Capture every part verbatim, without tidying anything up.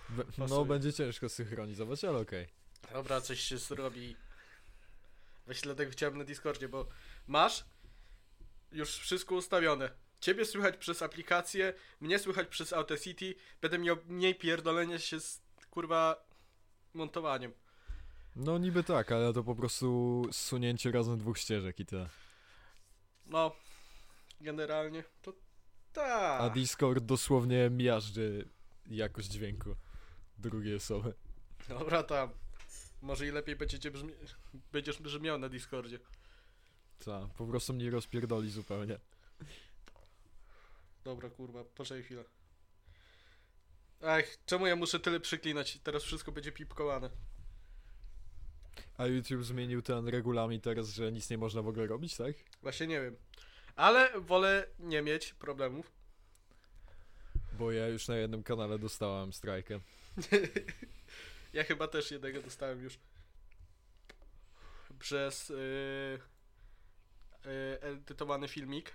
Be- no będzie ciężko synchronizować, ale okej. Okay. Dobra, coś się zrobi. Właśnie dlatego chciałem na Discordzie, bo masz już wszystko ustawione. Ciebie słychać przez aplikację, mnie słychać przez Audacity, będę miał mniej pierdolenia się z, kurwa, montowaniem. No niby tak, ale to po prostu zsunięcie razem dwóch ścieżek i tyle. No, generalnie to tak. A Discord dosłownie miażdży jakość dźwięku drugiej osoby. Dobra, tam. Może i lepiej będziecie brzmi... będziesz brzmiał na Discordzie. Co? Po prostu mnie rozpierdoli zupełnie. Dobra, kurwa, poczekaj chwilę. Ech, czemu ja muszę tyle przyklinać? Teraz wszystko będzie pipkowane. A YouTube zmienił ten regulamin teraz, że nic nie można w ogóle robić, tak? Właśnie nie wiem. Ale wolę nie mieć problemów. Bo ja już na jednym kanale dostałem strajkę. Ja chyba też jednego dostałem już. Przez yy, yy, edytowany filmik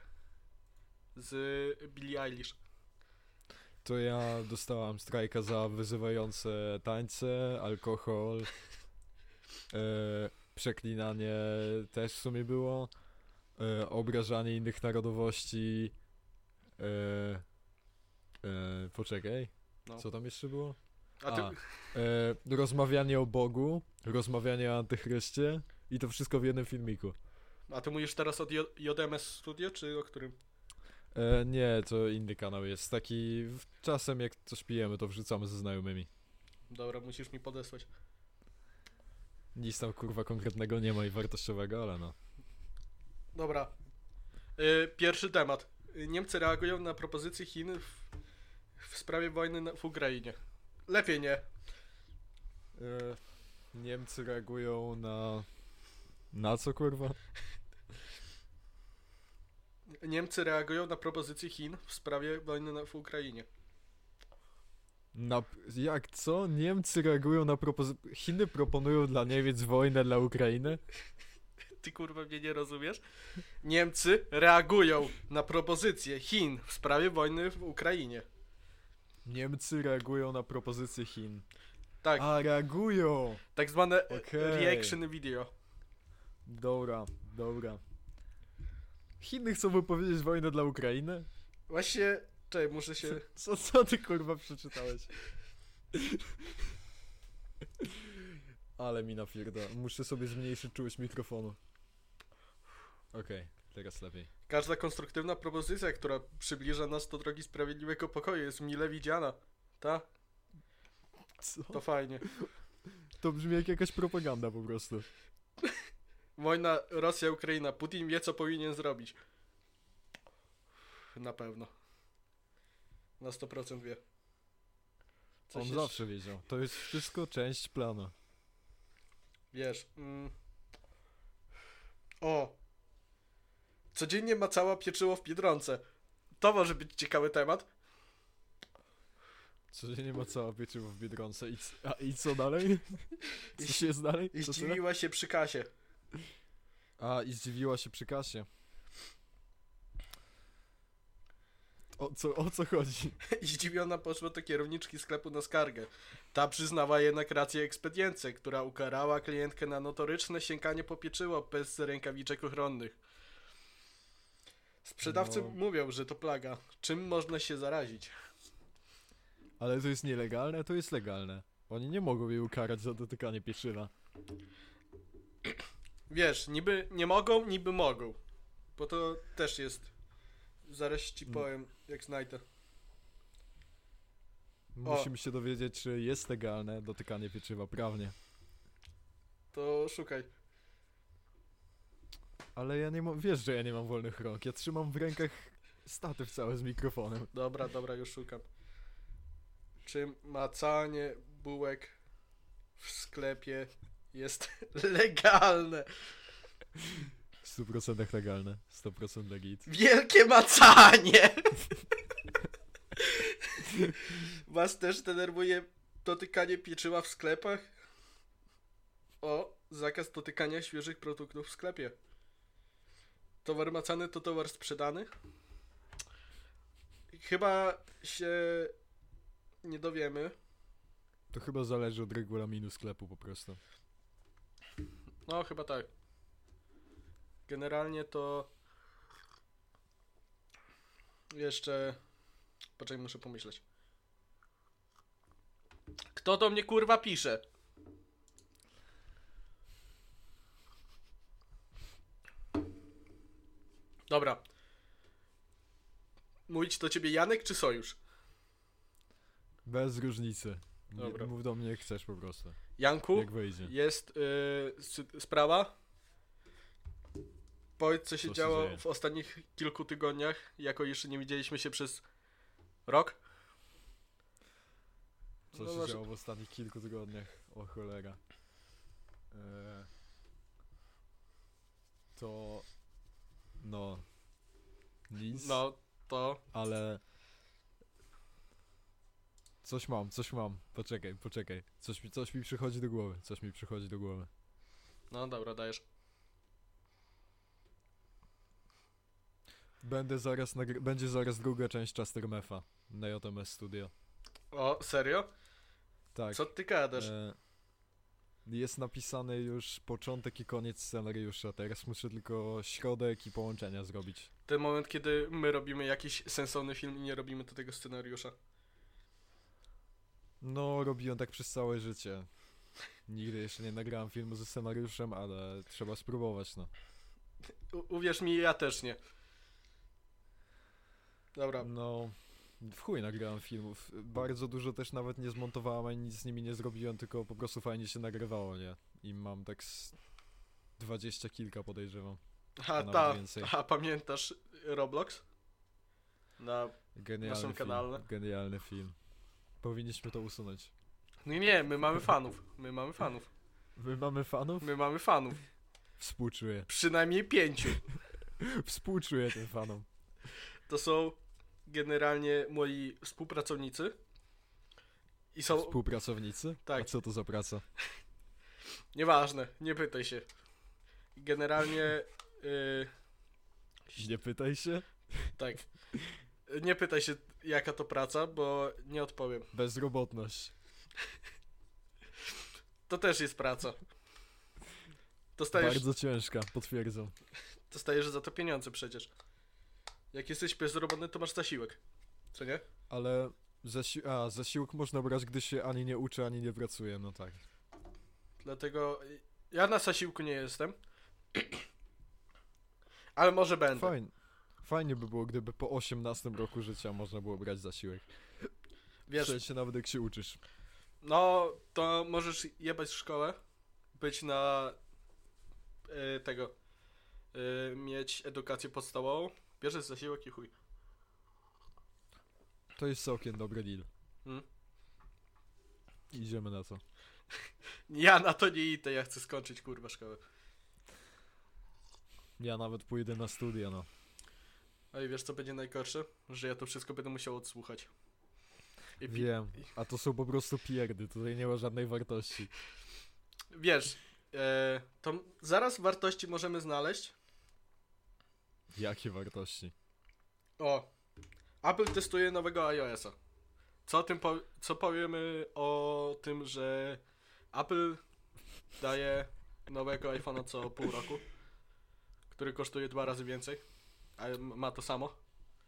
z Billie Eilish. To ja dostałem strajka za wyzywające tańce, alkohol, e, przeklinanie też w sumie było, e, obrażanie innych narodowości, e, e, poczekaj, No. co tam jeszcze było? A ty... A, e, rozmawianie o Bogu, rozmawianie o Antychryście i to wszystko w jednym filmiku. A ty mówisz teraz od J- JMS Studio, czy o którym? E, nie, to inny kanał jest, taki w- czasem jak coś pijemy, to wrzucamy ze znajomymi. Dobra, musisz mi podesłać. Nic tam kurwa konkretnego nie ma i wartościowego, ale no. Dobra. Yy, pierwszy temat. Yy, Niemcy reagują na propozycje Chin w, w sprawie wojny na, w Ukrainie. Lepiej nie. E, Niemcy reagują na... Na co kurwa? Niemcy reagują na propozycje Chin w sprawie wojny na, w Ukrainie. Na... Jak co? Niemcy reagują na propozycje... Chiny proponują dla Niemiec wojnę dla Ukrainy? Ty kurwa mnie nie rozumiesz? Niemcy reagują na propozycje Chin w sprawie wojny w Ukrainie. Niemcy reagują na propozycje Chin. Tak, A, reagują! tak zwane Okej. reaction video. Dobra, dobra. Chiny chcą wypowiedzieć wojnę dla Ukrainy? Właśnie, czekaj, muszę się... Co, co ty kurwa przeczytałeś? Ale mi napierda. Muszę sobie zmniejszyć czułość mikrofonu. Okej, okay, teraz lepiej. Każda konstruktywna propozycja, która przybliża nas do drogi sprawiedliwego pokoju, jest mile widziana. Ta? Co? To fajnie. To brzmi jak jakaś propaganda po prostu. Wojna Rosja-Ukraina. Putin wie, co powinien zrobić. Na pewno. Na sto procent wie. Coś On jeszcze- zawsze wiedział. To jest wszystko część planu. Wiesz. Mm. O! Codziennie macała pieczyło w Biedronce. To może być ciekawy temat. Codziennie ma cała pieczywo w Biedronce. I, c- a, i co dalej? Co się jest dalej? I Co tyle? zdziwiła się przy kasie. A, i zdziwiła się przy kasie. O co, o co chodzi? I zdziwiona poszła do kierowniczki sklepu na skargę. Ta przyznała jednak rację ekspedience, która ukarała klientkę na notoryczne sięganie po pieczywo bez rękawiczek ochronnych. Sprzedawcy No. mówią, że to plaga. Czym można się zarazić? Ale to jest nielegalne? To jest legalne. Oni nie mogą jej ukarać za dotykanie pieczywa. Wiesz, niby nie mogą, niby mogą. Bo to też jest... Zaraz ci powiem, jak znajdę. Musimy się dowiedzieć, czy jest legalne dotykanie pieczywa prawnie. To szukaj. Ale ja nie mam, wiesz, że ja nie mam wolnych rąk. Ja trzymam w rękach statyw cały z mikrofonem. Dobra, dobra, już szukam. Czy macanie bułek w sklepie jest legalne? W stu procentach legalne. sto procent legit. Wielkie macanie! Was też denerwuje dotykanie pieczywa w sklepach? O, zakaz dotykania świeżych produktów w sklepie. Towar macany to towar sprzedany? Chyba się nie dowiemy. To chyba zależy od regulaminu sklepu po prostu. No, chyba tak. Generalnie to... Jeszcze... Poczekaj, muszę pomyśleć. Kto do mnie kurwa pisze? Dobra. Mówić do ciebie Janek czy Sojusz? Bez różnicy. Nie, Dobra. mów do mnie jak chcesz po prostu. Janku, Jak wyjdzie. jest yy, sy- sprawa. Powiedz, co się Co się działo dzieje? w ostatnich kilku tygodniach, jako jeszcze nie widzieliśmy się przez rok. Co No się masz- działo w ostatnich kilku tygodniach? O cholera. Eee, to... No... Nic, No, to... ale... Coś mam, coś mam. Poczekaj, poczekaj. Coś mi, coś mi przychodzi do głowy, coś mi przychodzi do głowy. No dobra, dajesz. Będę zaraz nagry- będzie zaraz druga część Chastermefa na J M S Studio. O, serio? Tak. Co ty gadasz? E, jest napisany już początek i koniec scenariusza. Teraz muszę tylko środek i połączenia zrobić. Ten moment, kiedy my robimy jakiś sensowny film i nie robimy do tego scenariusza. No, robiłem tak przez całe życie. Nigdy jeszcze nie nagrałem filmu ze scenariuszem, ale trzeba spróbować, no. U- uwierz mi, ja też nie. Dobra. No, w chuj nagrałem filmów. Bardzo dużo też nawet nie zmontowałem, ani nic z nimi nie zrobiłem, tylko po prostu fajnie się nagrywało, nie? I mam tak z dwadzieścia kilka podejrzewam. A nawet ta, więcej. a pamiętasz Roblox? Na... Genialny Naszym film. kanale. Genialny film. Powinniśmy to usunąć. Nie, nie, my mamy fanów. My mamy fanów. My mamy fanów? My mamy fanów. Współczuję. Przynajmniej pięciu. Współczuję tym fanom. To są generalnie moi współpracownicy. I są... Współpracownicy? Tak. A co to za praca? Nieważne, nie pytaj się. Generalnie... Yy, Nie pytaj się. tak. Nie pytaj się, jaka to praca, bo nie odpowiem. Bezrobotność. To też jest praca. Dostajesz, Bardzo ciężka, potwierdzam. dostajesz za to pieniądze przecież. Jak jesteś bezrobotny, to masz zasiłek. Co nie? Ale zasi- a, zasiłek można brać, gdy się ani nie uczy, ani nie pracuje, no tak. Dlatego ja na zasiłku nie jestem. Ale może będę. Fajnie. Fajnie by było, gdyby po osiemnastym roku życia można było brać zasiłek. Wiesz, W sensie nawet jak się uczysz. no to możesz jebać szkołę, być na y, tego, y, mieć edukację podstawową, bierzesz zasiłek i chuj. To jest całkiem dobry deal. Hmm? Idziemy na to. Ja na to nie idę, ja chcę skończyć kurwa szkołę. Ja nawet pójdę na studia, no. A i wiesz co będzie najgorsze? Że ja to wszystko będę musiał odsłuchać. I pi- Wiem, a to są po prostu pierdy, tutaj nie ma żadnej wartości. Wiesz, e, to zaraz wartości możemy znaleźć. Jakie wartości? O, Apple testuje nowego iOS-a. Co, o tym po, co powiemy o tym, że Apple daje nowego iPhone'a co pół roku, który kosztuje dwa razy więcej, a m- ma to samo?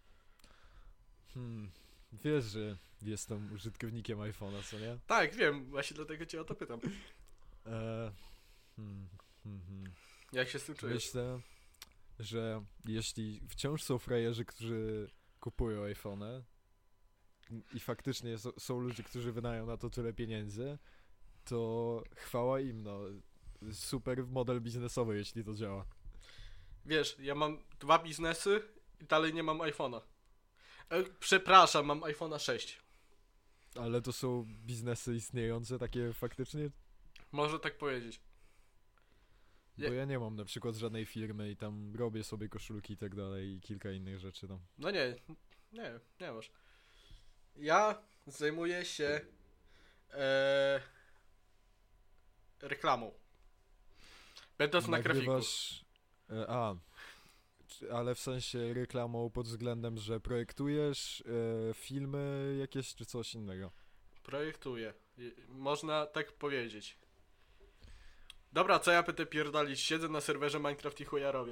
Hmm, wiesz, że jestem użytkownikiem iPhone'a, co nie? Tak, wiem, właśnie dlatego cię o to pytam. Eee, hmm, hmm, hmm. Jak się z tym czujesz? Myślę, że jeśli wciąż są frajerzy, którzy kupują iPhone'y i faktycznie s- są ludzie, którzy wydają na to tyle pieniędzy, to chwała im, no. Super model biznesowy, jeśli to działa. Wiesz, ja mam dwa biznesy i dalej nie mam iPhone'a. E, przepraszam, mam iPhone'a sześć. Ale to są biznesy istniejące, takie faktycznie? Może tak powiedzieć. Bo Je- ja nie mam na przykład żadnej firmy i tam robię sobie koszulki i tak dalej i kilka innych rzeczy tam. No nie, nie, nie masz. Ja zajmuję się e, reklamą. Będąc na grafiku. Nagrywasz... E, a, czy- ale w sensie reklamą pod względem, że projektujesz e, filmy jakieś czy coś innego. Projektuję. Je- Można tak powiedzieć. Dobra, co ja będę pierdolić? Siedzę na serwerze Minecraft i chuja robię.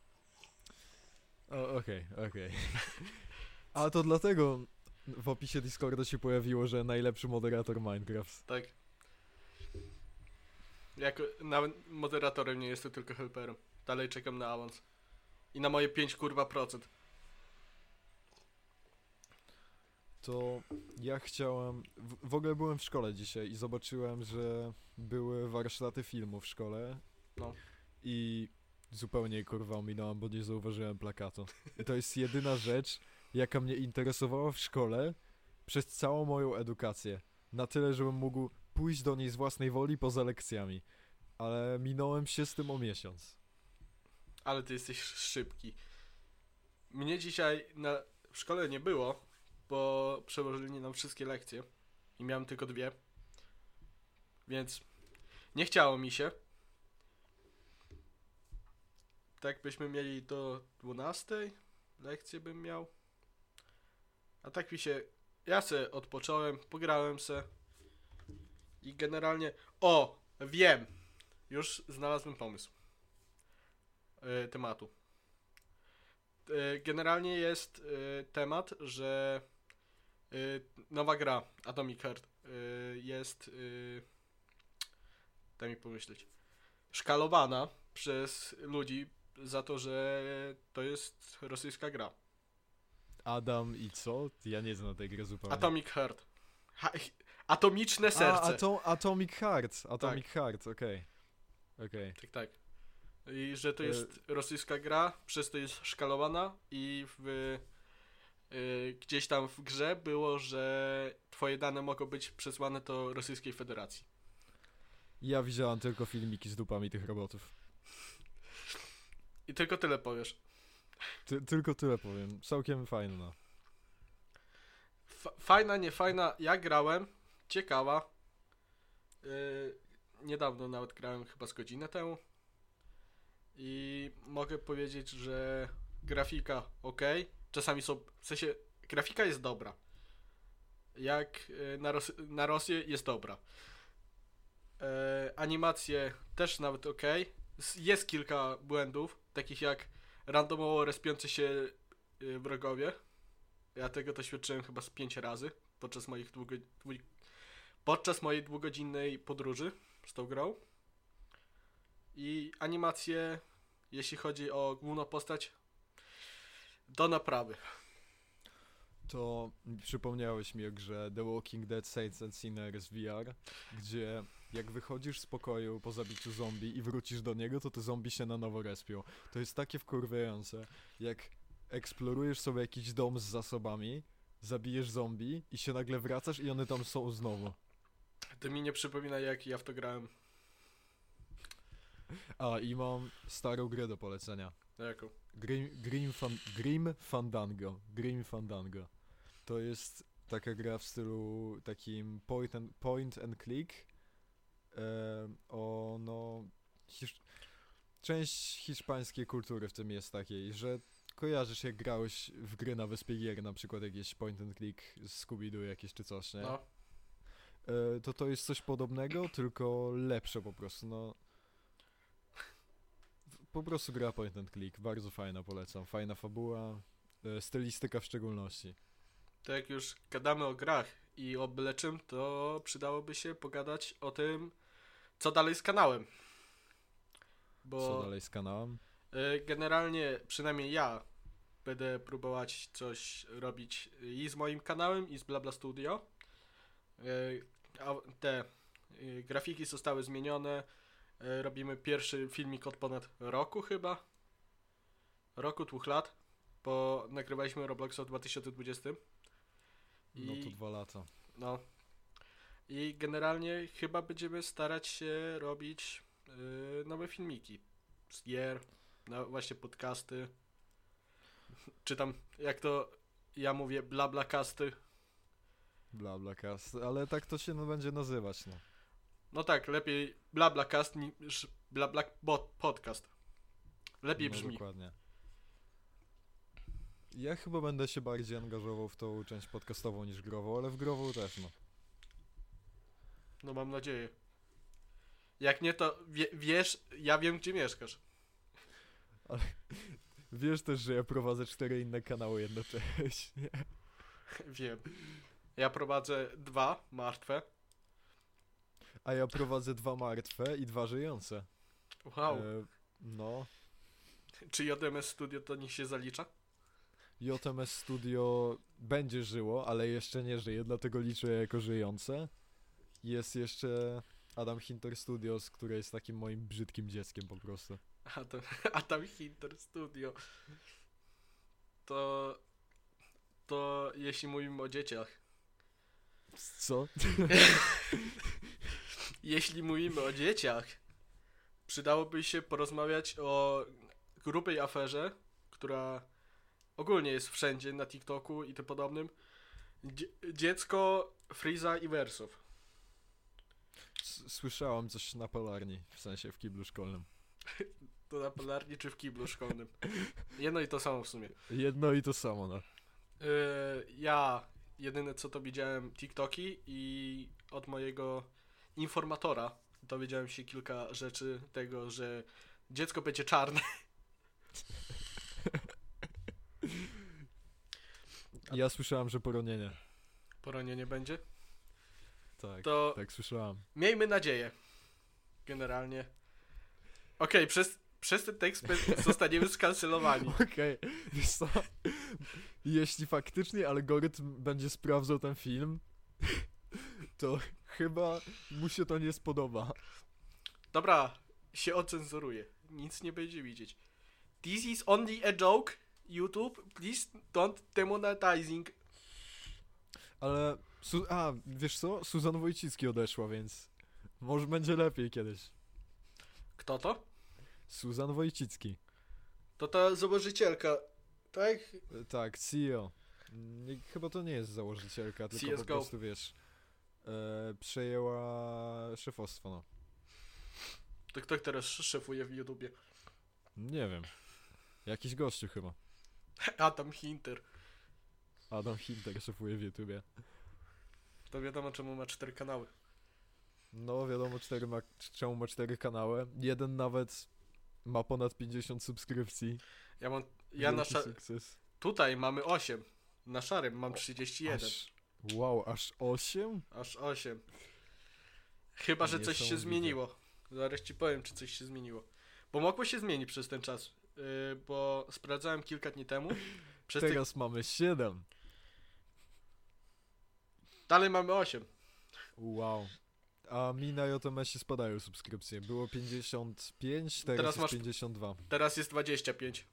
O, okej, okej. A to dlatego w opisie Discorda się pojawiło, że najlepszy moderator Minecraft. Tak. Jako nawet moderatorem nie jestem, tylko helperem. Dalej czekam na awans. I na moje pięć kurwa procent. To ja chciałem... W, w ogóle byłem w szkole dzisiaj i zobaczyłem, że były warsztaty filmu w szkole. No. I zupełnie je, kurwa ominąłem, bo nie zauważyłem plakatu. I to jest jedyna rzecz, jaka mnie interesowała w szkole przez całą moją edukację. Na tyle, żebym mógł pójść do niej z własnej woli poza lekcjami. Ale minąłem się z tym o miesiąc. Ale ty jesteś szybki. Mnie dzisiaj na... w szkole nie było, bo przełożyli nam wszystkie lekcje. I miałem tylko dwie. Więc nie chciało mi się. Tak byśmy mieli do dwunastej lekcję bym miał. A tak mi się... Ja se odpocząłem, pograłem se. I generalnie... O! Wiem! Już znalazłem pomysł. Yy, tematu. Yy, generalnie jest yy, temat, że yy, nowa gra Atomic Heart yy, jest... Yy, daj mi pomyśleć. Szkalowana przez ludzi za to, że to jest rosyjska gra. Adam i co? Ja nie znam tej gry zupełnie. Atomic Heart. Ha, atomiczne serce. A, atom, Atomic Heart. Atomic Heart, okej. Okej. Tak, tak. I że to E- jest rosyjska gra, przez to jest szkalowana i w, y, gdzieś tam w grze było, że twoje dane mogą być przesłane do Rosyjskiej Federacji. Ja widziałem tylko filmiki z dupami tych robotów. I tylko tyle powiesz. Ty, tylko tyle powiem. Całkiem fajna. F- fajna, nie fajna. Ja grałem. Ciekawa. Yy, niedawno nawet grałem, chyba z godzinę temu. I mogę powiedzieć, że grafika ok. Czasami są... W sensie, grafika jest dobra. Jak yy, na, Ros- na Rosję jest dobra. Yy, animacje też nawet ok. S- Jest kilka błędów, takich jak randomowo respiące się yy, wrogowie. Ja tego doświadczyłem chyba z pięć razy podczas moich długo, dwu, podczas mojej dwugodzinnej podróży z tą grą. I animacje, jeśli chodzi o główną postać, do naprawy. To przypomniałeś mi o grze The Walking Dead Saints and Sinners V R, gdzie jak wychodzisz z pokoju po zabiciu zombie i wrócisz do niego, to te zombie się na nowo respią. To jest takie wkurwiające, jak eksplorujesz sobie jakiś dom z zasobami, zabijesz zombie i się nagle wracasz i one tam są znowu. To mi nie przypomina, jak ja w to grałem. A, i mam starą grę do polecenia. Jaką? Grim, Grim, Fan, Grim Fandango. Grim Fandango. To jest taka gra w stylu takim point and, point and click. E, o, no... Hisz, część hiszpańskiej kultury w tym jest takiej, że kojarzysz, jak grałeś w gry na Wyspie Gier, na przykład jakieś point and click z Scooby-Doo jakieś czy coś, nie? No. E, to to jest coś podobnego, tylko lepsze po prostu, no. Po prostu gra point and click, bardzo fajna, polecam. Fajna fabuła, e, stylistyka w szczególności. To jak już gadamy o grach i o byle czym, to przydałoby się pogadać o tym, co dalej z kanałem. Bo Co dalej z kanałem? y, generalnie, przynajmniej ja, będę próbować coś robić i z moim kanałem, i z Blabla Studio. Y, a te y, grafiki zostały zmienione. Y, robimy pierwszy filmik od ponad roku chyba. Roku, dwóch lat. Bo nagrywaliśmy Robloxa w dwa tysiące dwudziestym. No to dwa lata. No. I generalnie chyba będziemy starać się robić yy, nowe filmiki z gier, no właśnie podcasty. Czy tam, jak to ja mówię, blablacasty. Bla bla cast, ale tak to się no, będzie nazywać, no. No tak, lepiej blablacast niż blabla podcast. Lepiej No brzmi. dokładnie. Ja chyba będę się bardziej angażował w tą część podcastową niż grową, ale w grową też, no. No mam nadzieję. Jak nie, to wie, wiesz, ja wiem, gdzie mieszkasz. Wiesz też, że ja prowadzę cztery inne kanały jednocześnie. Wiem. Ja prowadzę dwa martwe. A ja prowadzę dwa martwe i dwa żyjące. Wow. E, no. Czy J M S Studio to niech się zalicza? J M S Studio będzie żyło, ale jeszcze nie żyje, dlatego liczę je jako żyjące. Jest jeszcze Adam Hinter Studios, które jest takim moim brzydkim dzieckiem po prostu. A tam, a tam Hinter Studio. To... To jeśli mówimy o dzieciach. Co? Jeśli mówimy o dzieciach, przydałoby się porozmawiać o grubej aferze, która ogólnie jest wszędzie na TikToku i tym podobnym. Dzie- dziecko Freeza i Versów. S- Słyszałem coś na polarni, w sensie w kiblu szkolnym. To na polarni czy w kiblu szkolnym. Jedno i to samo w sumie. Jedno i to samo, no. Yy, ja jedyne co to widziałem TikToki i od mojego informatora dowiedziałem się kilka rzeczy tego, że dziecko będzie czarne. Ja słyszałem, że poronienie. Poronienie będzie. Tak, To tak słyszałem. miejmy nadzieję. Generalnie. Okej, przez, przez ten tekst be- zostaniemy skancelowani. Okej, wiesz co? Jeśli faktycznie algorytm będzie sprawdzał ten film, to chyba mu się to nie spodoba. Dobra, się ocenzuruje. Nic nie będzie widzieć. This is only a joke. YouTube, please don't demonetizing. Ale, Su- a, wiesz co? Suzan Wojcicki odeszła, więc może będzie lepiej kiedyś. Kto to? Suzan Wojcicki. To ta założycielka, tak? E, Tak, C E O. Nie, chyba to nie jest założycielka, tylko C S po G O. prostu, wiesz, e, przejęła szefostwo, no. To kto teraz szefuje w YouTubie? Nie wiem. Jakiś gościu chyba. Adam Hinter. Adam Hinter szefuje w YouTubie. To wiadomo czemu ma cztery kanały. No wiadomo, cztery ma, czemu ma cztery kanały. Jeden nawet ma ponad pięćdziesiąt subskrypcji. Ja mam, ja na Wielki sza- sukces. tutaj mamy osiem. Na szarym mam trzydzieści jeden. Aż, wow, aż osiem? Aż osiem. Chyba, że coś się Niesamowite. zmieniło. Zaraz ci powiem, czy coś się zmieniło. Bo mogło się zmienić przez ten czas. Yy, bo sprawdzałem kilka dni temu. Przez te... Teraz mamy siedem. Dalej mamy osiem. Wow. A mi na J M S-ie spadają subskrypcje. Było pięćdziesiąt pięć, teraz, Teraz jest masz- pięćdziesiąt dwa. Teraz jest dwadzieścia pięć.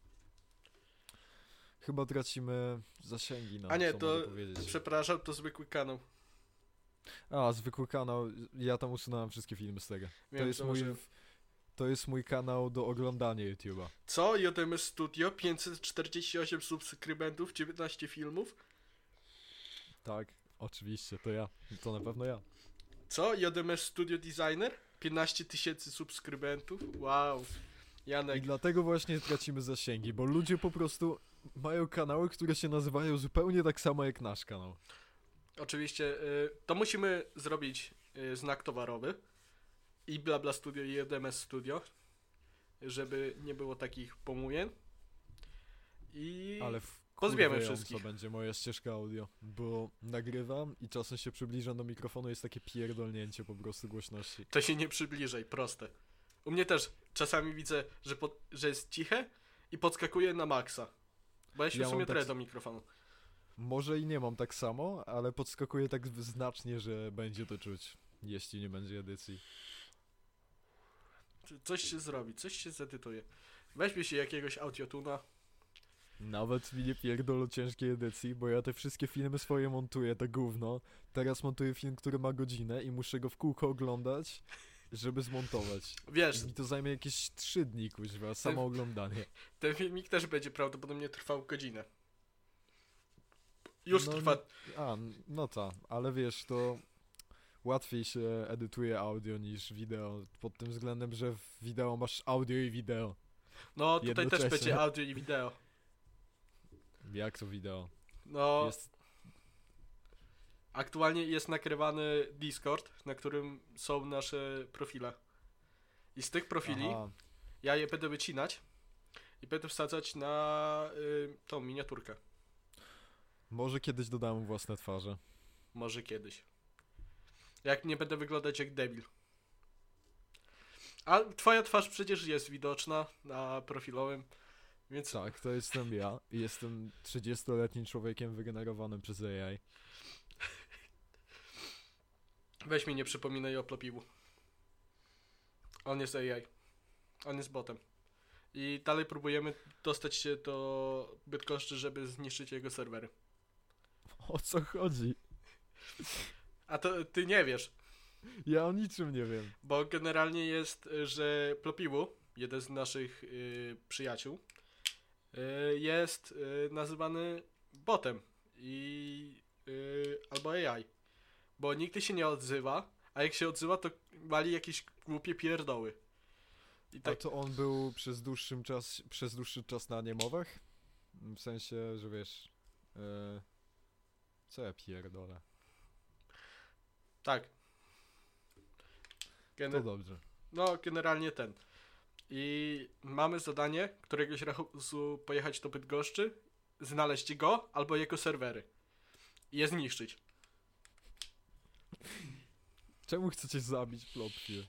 Chyba tracimy zasięgi na A nie, co to mogę powiedzieć. przepraszam, to zwykły kanał. A, zwykły kanał. Ja tam usunąłem wszystkie filmy z tego. To Wiem, jest co mój... może- To jest mój kanał do oglądania YouTube'a. Co? J M S Studio, pięćset czterdzieści osiem subskrybentów, dziewiętnaście filmów. Tak, oczywiście, to ja. To na pewno ja. Co? J M S Studio Designer, piętnaście tysięcy subskrybentów. Wow. I Janek, dlatego właśnie tracimy zasięgi, bo ludzie po prostu mają kanały, które się nazywają zupełnie tak samo jak nasz kanał. oczywiście, y, to musimy zrobić y, znak towarowy i BlaBla Studio i J M S Studio, żeby nie było takich pomówień. I Ale w pozwiemy kurwiająco wszystkich. będzie moja ścieżka audio, bo nagrywam i czasem się przybliżam do mikrofonu, jest takie pierdolnięcie po prostu głośności. To się nie przybliżaj, proste. U mnie też czasami widzę, że, pod, że jest ciche i podskakuje na maksa. Bo ja się Ja w sumie mam tak trę s- do mikrofonu. Może i nie mam tak samo, ale podskakuję tak znacznie, że będzie to czuć, jeśli nie będzie edycji. Coś się zrobi, coś się zedytuje. Weźmie się jakiegoś audiotuna. Nawet mi nie pierdolą ciężkiej edycji, bo ja te wszystkie filmy swoje montuję, to gówno. Teraz montuję film, który ma godzinę i muszę go w kółko oglądać, żeby zmontować. Wiesz, I mi to zajmie jakieś trzy dni, kuźwa, samo oglądanie. ten filmik też będzie prawdopodobnie trwał godzinę. Już No, trwa. A, n- no ta, ale wiesz, to łatwiej się edytuje audio niż wideo, pod tym względem, że w wideo masz audio i wideo. No tutaj też jednocześnie. będzie audio i wideo. Jak to wideo? No, Jest... Aktualnie jest nakrywany Discord, na którym są nasze profile. I z tych profili Aha. ja je będę wycinać i będę wsadzać na y, tą miniaturkę. Może kiedyś dodamy własne twarze. Może kiedyś. Jak nie będę wyglądać jak debil. A twoja twarz przecież jest widoczna na profilowym, więc Tak, to jestem ja. I jestem trzydziestoletnim człowiekiem wygenerowanym przez A I. weź mi nie przypominaj o Plopiwu. On jest A I. On jest botem. I dalej próbujemy dostać się do Bydgoszczy, żeby zniszczyć jego serwery. O co chodzi? A to ty nie wiesz, Ja o niczym nie wiem. bo generalnie jest, y, że Plopiwu, jeden z naszych y, przyjaciół, y, jest y, nazywany botem i y, albo A I, bo nigdy się nie odzywa, a jak się odzywa, to wali jakieś głupie pierdoły. I A tak, to on był przez dłuższy czas, przez dłuższy czas na niemowach? W sensie, że wiesz... e, co ja pierdolę? tak. To Gener- dobrze. no, generalnie ten. I mamy zadanie, któregoś razu pojechać do Bydgoszczy, znaleźć go albo jego serwery i je zniszczyć. Czemu chcecie zabić Plopfię?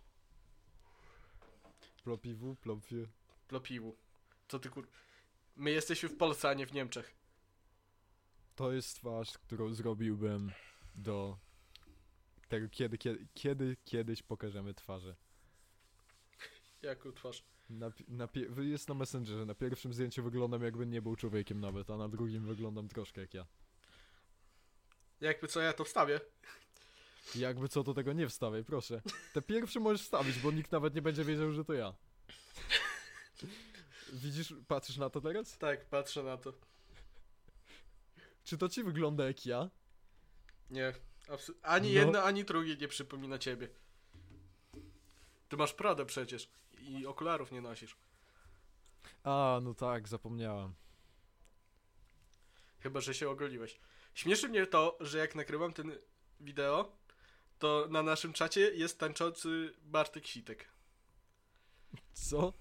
Plopiwu, Plopfię. Plopiwu. Co ty kur... My jesteśmy w Polsce, a nie w Niemczech. To jest twarz, którą zrobiłbym do tego, kiedy, kiedy, kiedy kiedyś pokażemy twarze. Jaką twarz? Na, pi- na pie- jest na Messengerze. Na pierwszym zdjęciu wyglądam, jakbym nie był człowiekiem nawet, a na drugim wyglądam troszkę jak ja. Jakby co, ja to wstawię. Jakby co, to tego nie wstawiaj, proszę. Te pierwsze możesz wstawić, bo nikt nawet nie będzie wiedział, że to ja. Widzisz, patrzysz na to teraz? Tak, patrzę na to. Czy to ci wygląda jak ja? Nie. Absu- ani No. jedno, ani drugie nie przypomina ciebie. Ty masz Pradę przecież. I okularów nie nosisz. A, no tak, zapomniałem. Chyba, że się ogoliłeś. Śmieszy mnie to, że jak nagrywam ten wideo, to na naszym czacie jest tańczący Bartek Sitek. Co?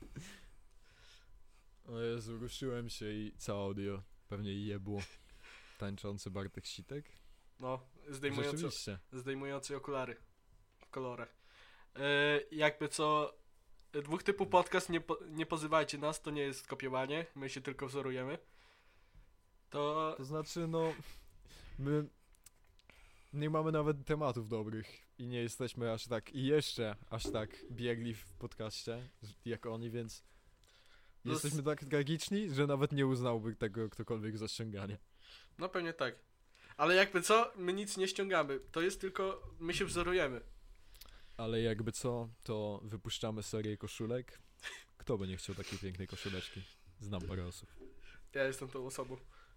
O Jezu, ruszyłem się i całe audio pewnie jebło. Tańczący Bartek Sitek? No, zdejmujący, Rzeczywiście. zdejmujący okulary w kolorach. E, jakby co, dwóch typów podcast, nie, po, nie pozywajcie nas, to nie jest kopiowanie, my się tylko wzorujemy. To To znaczy, no... My... Nie mamy nawet tematów dobrych i nie jesteśmy aż tak... I jeszcze aż tak biegli w podcaście, jak oni, więc... No Jesteśmy s- tak tragiczni, że nawet nie uznałby tego ktokolwiek za ściąganie. no pewnie tak. Ale jakby co, my nic nie ściągamy, to jest tylko, my się wzorujemy. Ale jakby co, to wypuszczamy serię koszulek. Kto by nie chciał takiej pięknej koszuleczki? Znam parę osób. Ja jestem tą osobą.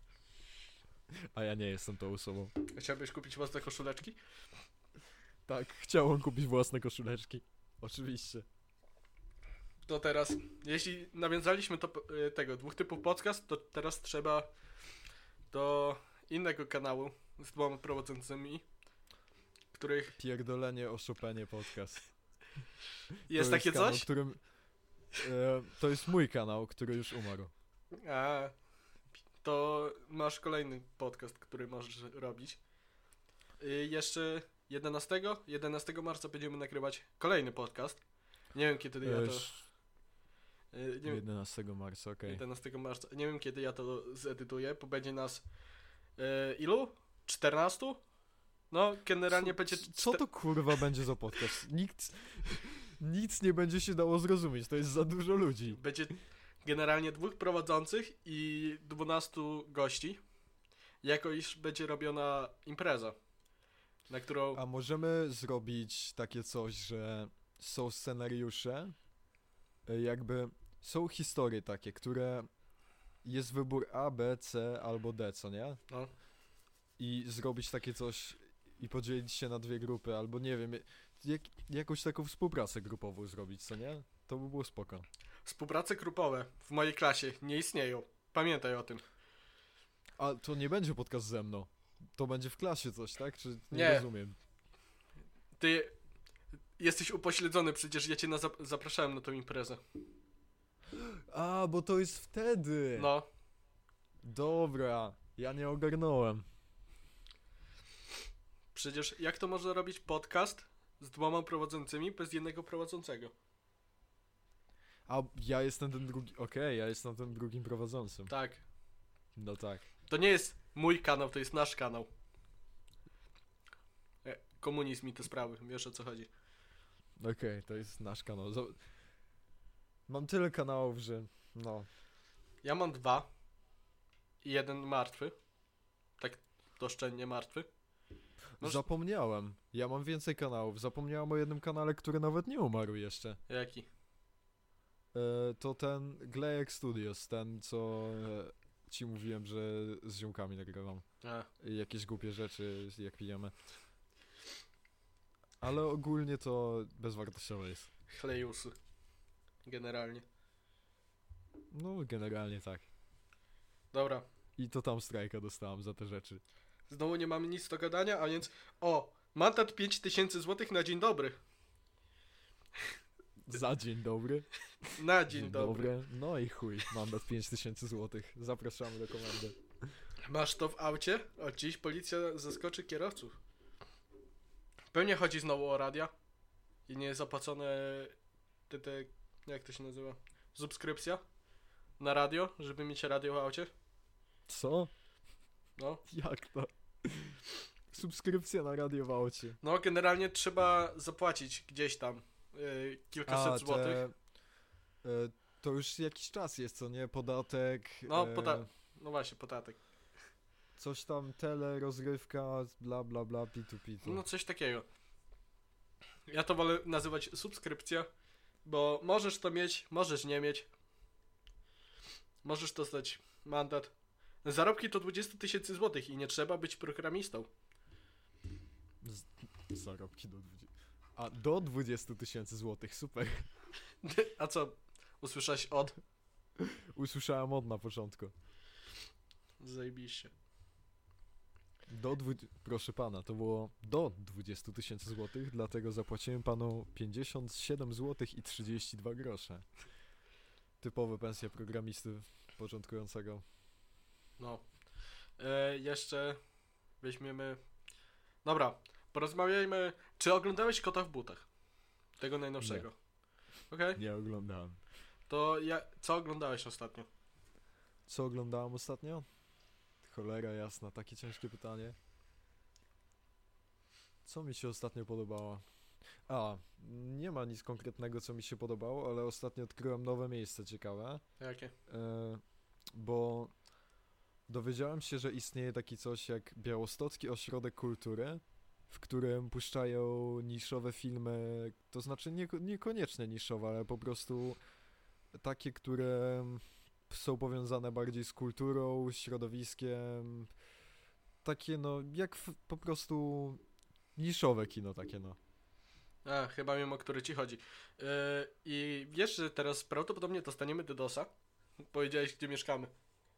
A ja nie jestem tą osobą. Chciałbyś kupić własne koszuleczki? Tak, chciałem kupić własne koszuleczki. Oczywiście. To teraz, jeśli nawiązaliśmy to, y, tego, dwóch typów podcast, to teraz trzeba do innego kanału z dwoma prowadzącymi, których Pierdolenie o Chopinie podcast. jest To takie kanał, coś? Którym, e, to jest mój kanał, który już umarł. A, to masz kolejny podcast, który możesz robić. Y, jeszcze jedenastego? jedenastego marca będziemy nagrywać kolejny podcast. Nie wiem kiedy ja E, to... sz- y, nie wiem, jedenastego marca, okej. jedenastego marca. Nie wiem kiedy ja to zedytuję, bo będzie nas y, ilu? czternastu? No, generalnie Co, będzie... co czte- to kurwa będzie za podcast? Nikt... Nic nie będzie się dało zrozumieć, to jest za dużo ludzi. Będzie generalnie dwóch prowadzących i dwunastu gości. Jakoś będzie robiona impreza, na którą... A możemy zrobić takie coś, że są scenariusze, e, jakby są historie takie, które jest wybór A, B, C albo D, co nie? No. I zrobić takie coś i podzielić się na dwie grupy, albo nie wiem, jak, jakąś taką współpracę grupową zrobić, co nie? To by było spoko. Współprace grupowe w mojej klasie nie istnieją. Pamiętaj o tym. A to nie będzie podcast ze mną. to będzie w klasie coś, tak? Czy nie, Nie. rozumiem? Ty jesteś upośledzony, przecież ja cię na zap- zapraszałem na tą imprezę. A, bo to jest wtedy. No. Dobra, ja nie ogarnąłem. Przecież jak to można robić podcast z dwoma prowadzącymi bez jednego prowadzącego? A ja jestem ten drugi. Okej, ja jestem tym drugim prowadzącym. Tak. No tak. To nie jest mój kanał, to jest nasz kanał. E, Komunizm i te sprawy, wiesz o co chodzi. Okej, to jest nasz kanał. Zo- Mam tyle kanałów, że. No. Ja mam dwa i jeden martwy. Tak doszczętnie martwy. Masz- Zapomniałem. Ja mam więcej kanałów. Zapomniałem o jednym kanale, który nawet nie umarł jeszcze. Jaki? E, to ten Glejek Studios, ten co e, ci mówiłem, że z ziomkami nagrywam. A, I jakieś głupie rzeczy, jak pijemy. Ale ogólnie to bezwartościowe jest. chlejusy. Generalnie. No, generalnie tak. Dobra. I to tam strajka dostałem za te rzeczy. Znowu nie mamy nic do gadania, a więc... O! Mandat pięć tysięcy złotych na dzień dobry. Za dzień dobry. Na dzień, dobry. No i chuj, mandat pięć tysięcy złotych. Zapraszamy do komendy. Masz to w aucie? Od dziś policja zaskoczy kierowców. Pewnie chodzi znowu o radia. I nie zapłacone te, te, jak to się nazywa? Subskrypcja na radio, żeby mieć radio w aucie. Co? No. Jak to? Subskrypcja na radio w aucie. No, generalnie trzeba zapłacić gdzieś tam yy, kilkaset A, złotych. te, e, to już jakiś czas jest, co nie? Podatek. No, e, poda- no właśnie, podatek. Coś tam, tele, rozgrywka, bla bla bla, pitu pitu. No, coś takiego. Ja to wolę nazywać subskrypcja, bo możesz to mieć, możesz nie mieć. Możesz dostać mandat. Zarobki to dwadzieścia tysięcy złotych i nie trzeba być programistą. Z, zarobki do dwudziestu. A, do dwudziestu tysięcy złotych, super. A co? Usłyszałeś od? Usłyszałem od na początku. Zajebiście. Do dwu... Proszę pana, to było do dwudziestu tysięcy złotych, dlatego zapłaciłem panu pięćdziesiąt siedem złotych i trzydzieści dwa grosze. Typowa pensja programisty początkującego. No. E, jeszcze weźmiemy... Dobra, porozmawiajmy. Czy oglądałeś Kota w butach? Tego najnowszego. Okej? Nie oglądałem. To ja... co oglądałeś ostatnio? Co oglądałem ostatnio? Cholera jasna, takie ciężkie pytanie. Co mi się ostatnio podobało? A, nie ma nic konkretnego, co mi się podobało, ale ostatnio odkryłem nowe miejsce ciekawe. Jakie? E, bo dowiedziałem się, że istnieje taki coś jak Białostocki Ośrodek Kultury, w którym puszczają niszowe filmy, to znaczy nie, niekoniecznie niszowe, ale po prostu takie, które są powiązane bardziej z kulturą, środowiskiem, takie no, jak w, po prostu niszowe kino takie no. A, chyba wiem, o który ci chodzi. Yy, I wiesz, że teraz prawdopodobnie dostaniemy DDoSa? Powiedziałeś, gdzie mieszkamy.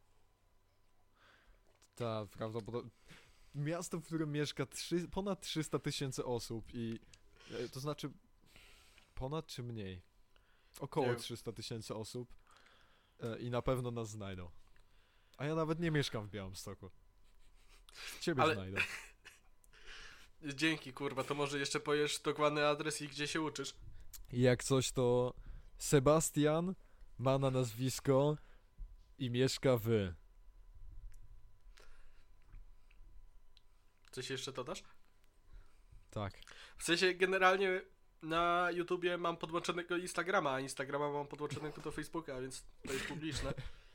Tak, prawdopodobnie. Miasto, w którym mieszka trzy, ponad trzysta tysięcy osób i e, to znaczy ponad czy mniej? Około Nie. trzysta tysięcy osób e, i na pewno nas znajdą. A ja nawet nie mieszkam w Białymstoku. Ciebie Ale- znajdą. Dzięki, kurwa, to może jeszcze powiesz dokładny adres i gdzie się uczysz. I jak coś to Sebastian ma na nazwisko i mieszka w... Coś jeszcze dodasz? Tak. W sensie, generalnie na YouTubie mam podłączonego Instagrama, a Instagrama mam podłączonego do Facebooka, więc to jest publiczne.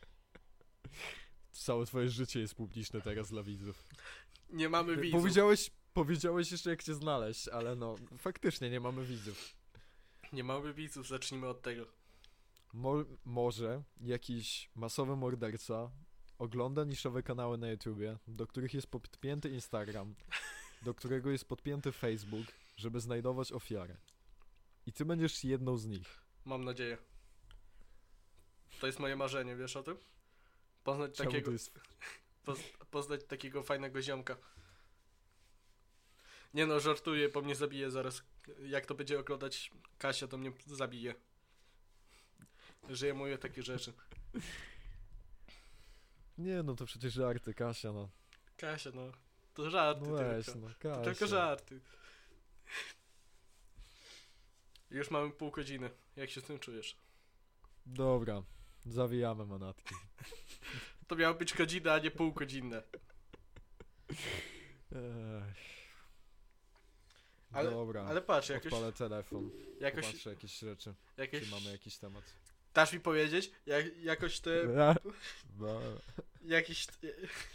Całe twoje życie jest publiczne teraz dla widzów. Nie mamy widzów. Powiedziałeś, powiedziałeś jeszcze jak cię znaleźć, ale no, faktycznie nie mamy widzów. Nie mamy widzów, zacznijmy od tego. Mo- może jakiś masowy morderca ogląda niszowe kanały na YouTubie, do których jest podpięty Instagram, do którego jest podpięty Facebook, żeby znajdować ofiarę. I ty będziesz jedną z nich. Mam nadzieję. To jest moje marzenie, wiesz o tym? Poznać Czemu takiego, to jest... poz, poznać takiego fajnego ziomka. Nie no, żartuję, bo mnie zabije zaraz. Jak to będzie oglądać Kasia, to mnie zabije. Że ja mówię takie rzeczy. Nie no, to przecież żarty, Kasia, no. Kasia, no. To żarty No weź, tylko. no, To Kasia. tylko żarty. Już mamy pół godziny. Jak się z tym czujesz? Dobra, zawijamy manatki. To miało być godzina, a nie pół godzinne. Ech. Ale, Dobra, ale patrz, jakoś... odpalę telefon, jakoś, popatrzę jakieś rzeczy, jakoś czy mamy jakiś temat. dasz mi powiedzieć? Jak, jakoś te... No. Jakiś... Te,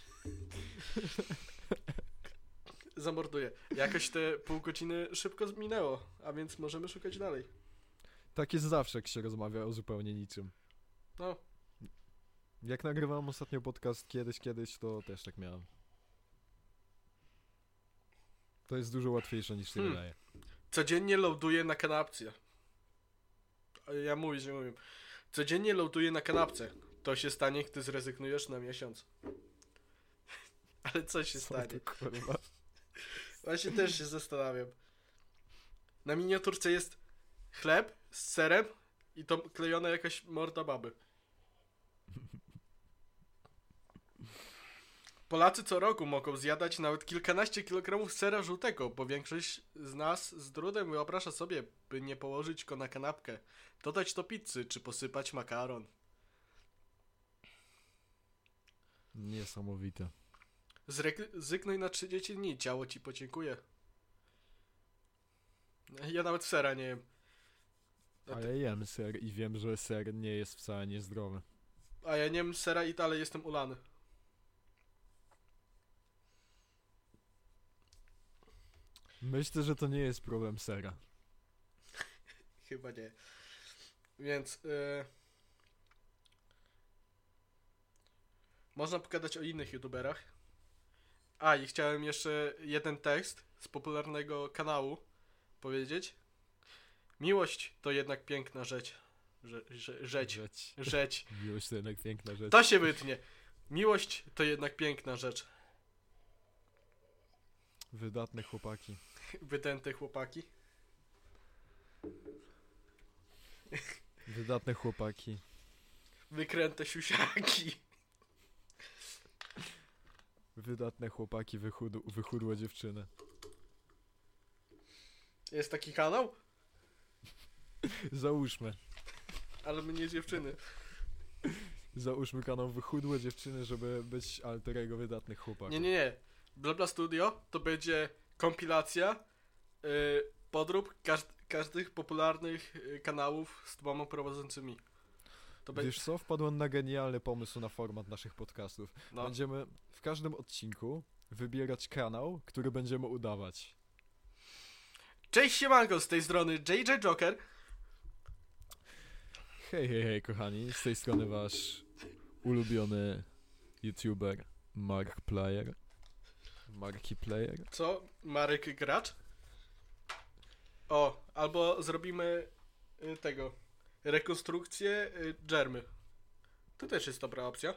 zamorduję. Jakoś te pół godziny szybko minęło, a więc możemy szukać dalej. Tak jest zawsze, jak się rozmawia o zupełnie niczym. No. Jak nagrywałem ostatnio podcast kiedyś, kiedyś, to też tak miałem. To jest dużo łatwiejsze niż się Hmm. wydaje. Codziennie loaduję na kanapce. Ja mówię, że mówię. Codziennie loaduję na kanapce. To się stanie, gdy zrezygnujesz na miesiąc. Ale co się Co stanie? to, kurwa? Właśnie też się zastanawiam. Na miniaturce jest chleb z serem i to klejona jakaś morda baby. Polacy co roku mogą zjadać nawet kilkanaście kilogramów sera żółtego, bo większość z nas z trudem wyobraża sobie, by nie położyć go na kanapkę, dodać do pizzy czy posypać makaron. Niesamowite. Zrezygnuj na trzydzieści dni, ciało ci podziękuję. Ja nawet sera nie jem. A ja jem ser i wiem, że ser nie jest wcale niezdrowy. A ja nie jem sera i dalej jestem ulany. Myślę, że to nie jest problem sera. Chyba nie. Więc yy... można pogadać o innych youtuberach. A i chciałem jeszcze jeden tekst z popularnego kanału powiedzieć. Miłość to jednak piękna rzecz. Rze, rze, rzecz. Rzecz. Rzecz. Miłość to jednak piękna rzecz. To się wytnie. Miłość to jednak piękna rzecz. Wydatne chłopaki. Wydęte chłopaki. Wydatne chłopaki. Wykręte siusiaki. Wydatne chłopaki, wychudł, wychudłe dziewczyny. Jest taki kanał? Załóżmy. Ale my nie dziewczyny. Załóżmy kanał wychudłe dziewczyny, żeby być alterego wydatnych chłopaków. Nie, nie, nie. Blabla Studio to będzie kompilacja yy, podrób każ- każdych popularnych yy, kanałów z dwoma prowadzącymi. To be- Wiesz co? Wpadłem na genialny pomysł na format naszych podcastów. no. Będziemy w każdym odcinku wybierać kanał, który będziemy udawać. Cześć siemanko, z tej strony J J Joker. Hej, hej, hej, kochani. Z tej strony wasz ulubiony youtuber Markiplier. Markiplier. Co? Marek Gracz? O, albo zrobimy y, tego. Rekonstrukcję y, Jermy. To też jest dobra opcja.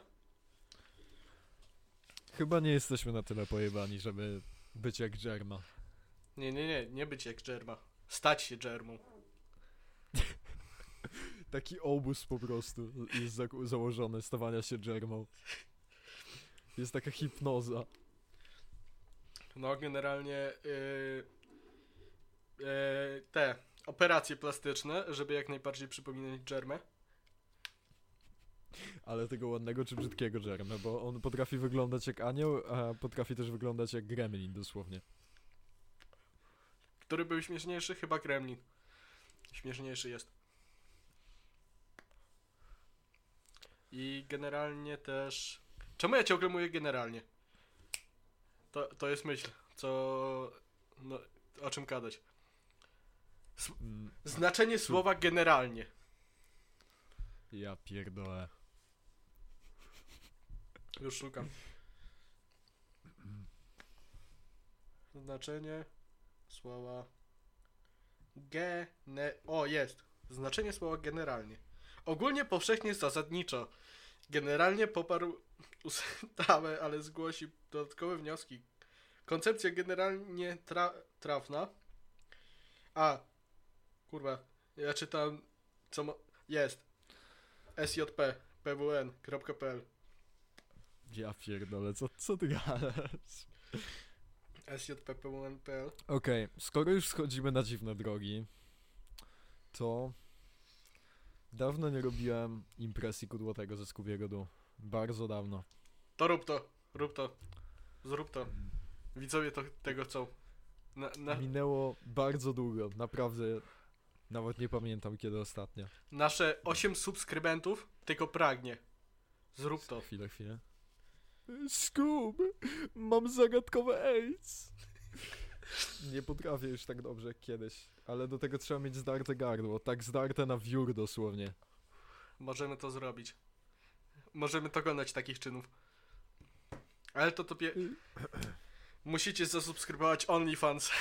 Chyba nie jesteśmy na tyle pojebani, żeby być jak Jerma. Nie, nie, nie, nie być jak Jerma. Stać się Jermą. Taki obóz po prostu jest za założony, stawania się Jermą. Jest taka hipnoza. No, generalnie yy, yy, te operacje plastyczne, żeby jak najbardziej przypominać Jermę. Ale tego ładnego czy brzydkiego Jermę, bo on potrafi wyglądać jak anioł, a potrafi też wyglądać jak gremlin dosłownie. Który był śmieszniejszy? Chyba Gremlin. Śmieszniejszy jest. I generalnie też... Czemu ja ciągle mówię generalnie? To, to jest myśl, co... No, o czym gadać. S- Mm, znaczenie słowa generalnie. ja pierdolę. Już szukam. Znaczenie słowa gene... O, jest. Znaczenie słowa generalnie. Ogólnie powszechnie zasadniczo. Generalnie poparł ustawę, ale zgłosi dodatkowe wnioski. koncepcja generalnie tra trafna. A, kurwa, ja czytam, co mo- jest. S J P P W N kropka P L. Ja pierdolę, co, co ty gadasz? S J P P W N kropka P L. Okej, okay, skoro już schodzimy na dziwne drogi, to dawno nie robiłem impresji kudłatego ze Scooby'ego Doo. Bardzo dawno. To rób to, rób to, zrób to. Widzowie to tego chcą. Na, na... Minęło bardzo długo, naprawdę. Nawet nie pamiętam kiedy ostatnio. Nasze osiem subskrybentów tylko pragnie. Zrób to. Chwilę, chwilę. Scoob, mam zagadkowe AIDS. Nie potrafię już tak dobrze jak kiedyś, ale do tego trzeba mieć zdarte gardło, tak zdarte na wiór dosłownie. Możemy to zrobić. Możemy dokonać takich czynów. Ale to tobie... Musicie zasubskrybować OnlyFans.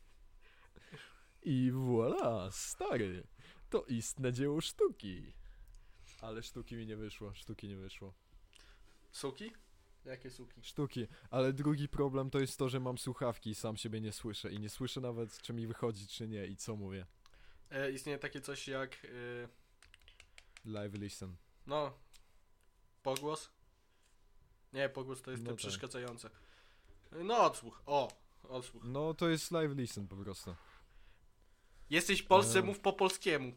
I voilà, stary, to istne dzieło sztuki. Ale sztuki mi nie wyszło, sztuki nie wyszło. Suki? Jakie suki? Sztuki, ale drugi problem to jest to, że mam słuchawki i sam siebie nie słyszę i nie słyszę nawet czy mi wychodzi czy nie i co mówię. E, istnieje takie coś jak... E, Live listen. no... Pogłos? Nie, pogłos to jest No te tak. przeszkadzające. No odsłuch, o! Odsłuch. No to jest live listen po prostu. Jesteś w Polsce, E. mów po polskiemu.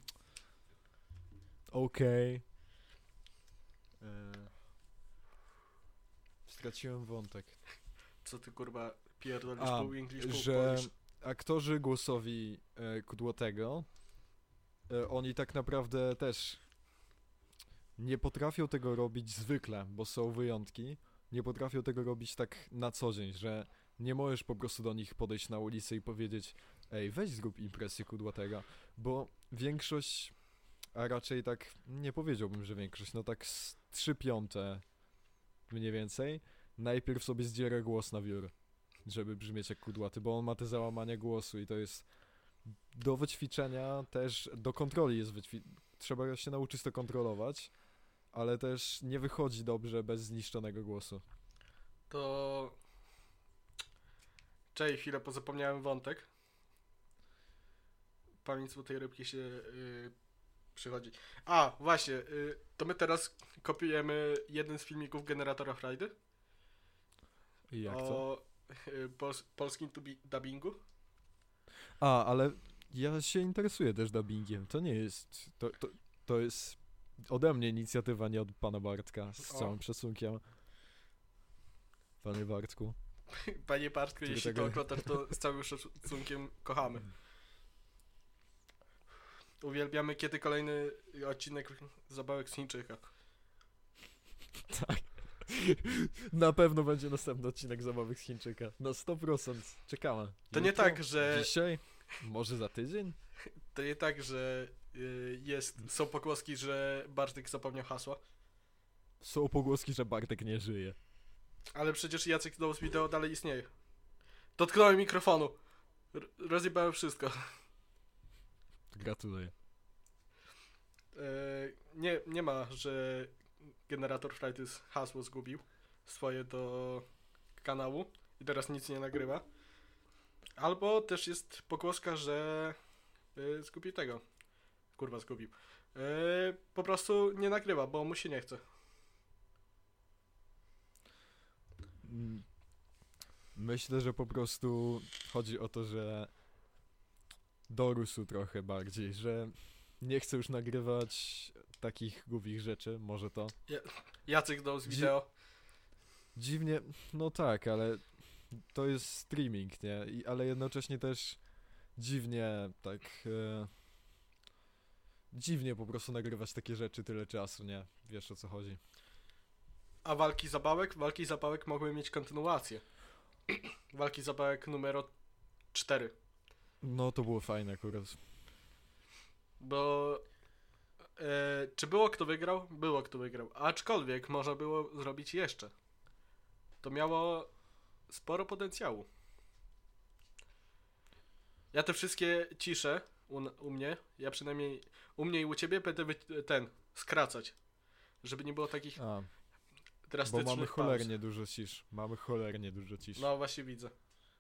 Okej. Okay. E... Straciłem wątek. Co ty kurwa pierdolisz A, pół English, pół że Polish. aktorzy głosowi e, Kudłatego, e, oni tak naprawdę też nie potrafią tego robić zwykle, bo są wyjątki. Nie potrafią tego robić tak na co dzień, że nie możesz po prostu do nich podejść na ulicę i powiedzieć: ej, weź zrób impresję Kudłatego, bo większość, a raczej tak, nie powiedziałbym, że większość, no tak z trzy piąte mniej więcej, najpierw sobie zdziera głos na wiór, żeby brzmieć jak Kudłaty, bo on ma te załamania głosu i to jest do wyćwiczenia też, do kontroli jest wyćwi... trzeba się nauczyć to kontrolować, ale też nie wychodzi dobrze bez zniszczonego głosu. To... Czekaj chwilę, bo zapomniałem wątek. Pamięć tej rybki się yy, przychodzi. A, właśnie, yy, to my teraz kopiujemy jeden z filmików generatora Frajdy. I jak o to? Yy, pols polskim tubi- dubbingu. A, ale ja się interesuję też dubbingiem. To nie jest... To, to, to jest ode mnie inicjatywa, nie od pana Bartka. Z O. całym szacunkiem. Panie Bartku. Panie Bartku, Który jeśli tego- to oglądasz, to z całym szacunkiem kochamy. Uwielbiamy, kiedy kolejny odcinek Zabawek z Chińczyka. Tak. Na pewno będzie następny odcinek Zabawek z Chińczyka. Na sto procent. Czekamy. To nie Jutro? tak, że... Dzisiaj? Może za tydzień? To nie tak, że y, jest, są pogłoski, że Bartek zapomniał hasła. Są pogłoski, że Bartek nie żyje. Ale przecież Jacek Dose wideo dalej istnieje. Dotknąłem mikrofonu. R- rozjebałem wszystko. Gratuluję. E, nie, nie ma, że generator Fridays hasło zgubił swoje do kanału i teraz nic nie nagrywa. Albo też jest pogłoska, że y, zgubił tego. Kurwa, zgubił. E, po prostu nie nagrywa, bo mu się nie chce. Mm, Myślę, że po prostu chodzi o to, że dorósł trochę bardziej, że nie chce już nagrywać takich głupich rzeczy, może to. Jacek Dose Dzi- wideo. Dziwnie, no tak, ale to jest streaming, nie? I, ale jednocześnie też dziwnie tak... E, dziwnie po prostu nagrywać takie rzeczy tyle czasu, nie? Wiesz o co chodzi. A walki zabawek? Walki zabawek mogły mieć kontynuację. Walki zabawek numer cztery. No to było fajne akurat. Bo e, czy było kto wygrał? Było kto wygrał. Aczkolwiek można było zrobić jeszcze. To miało sporo potencjału. Ja te wszystkie cisze u, u mnie, ja przynajmniej u mnie i u ciebie będę wy, ten skracać. Żeby nie było takich A, bo drastycznych mamy pauz. cholernie dużo cisz. Mamy cholernie dużo cisz. No właśnie widzę.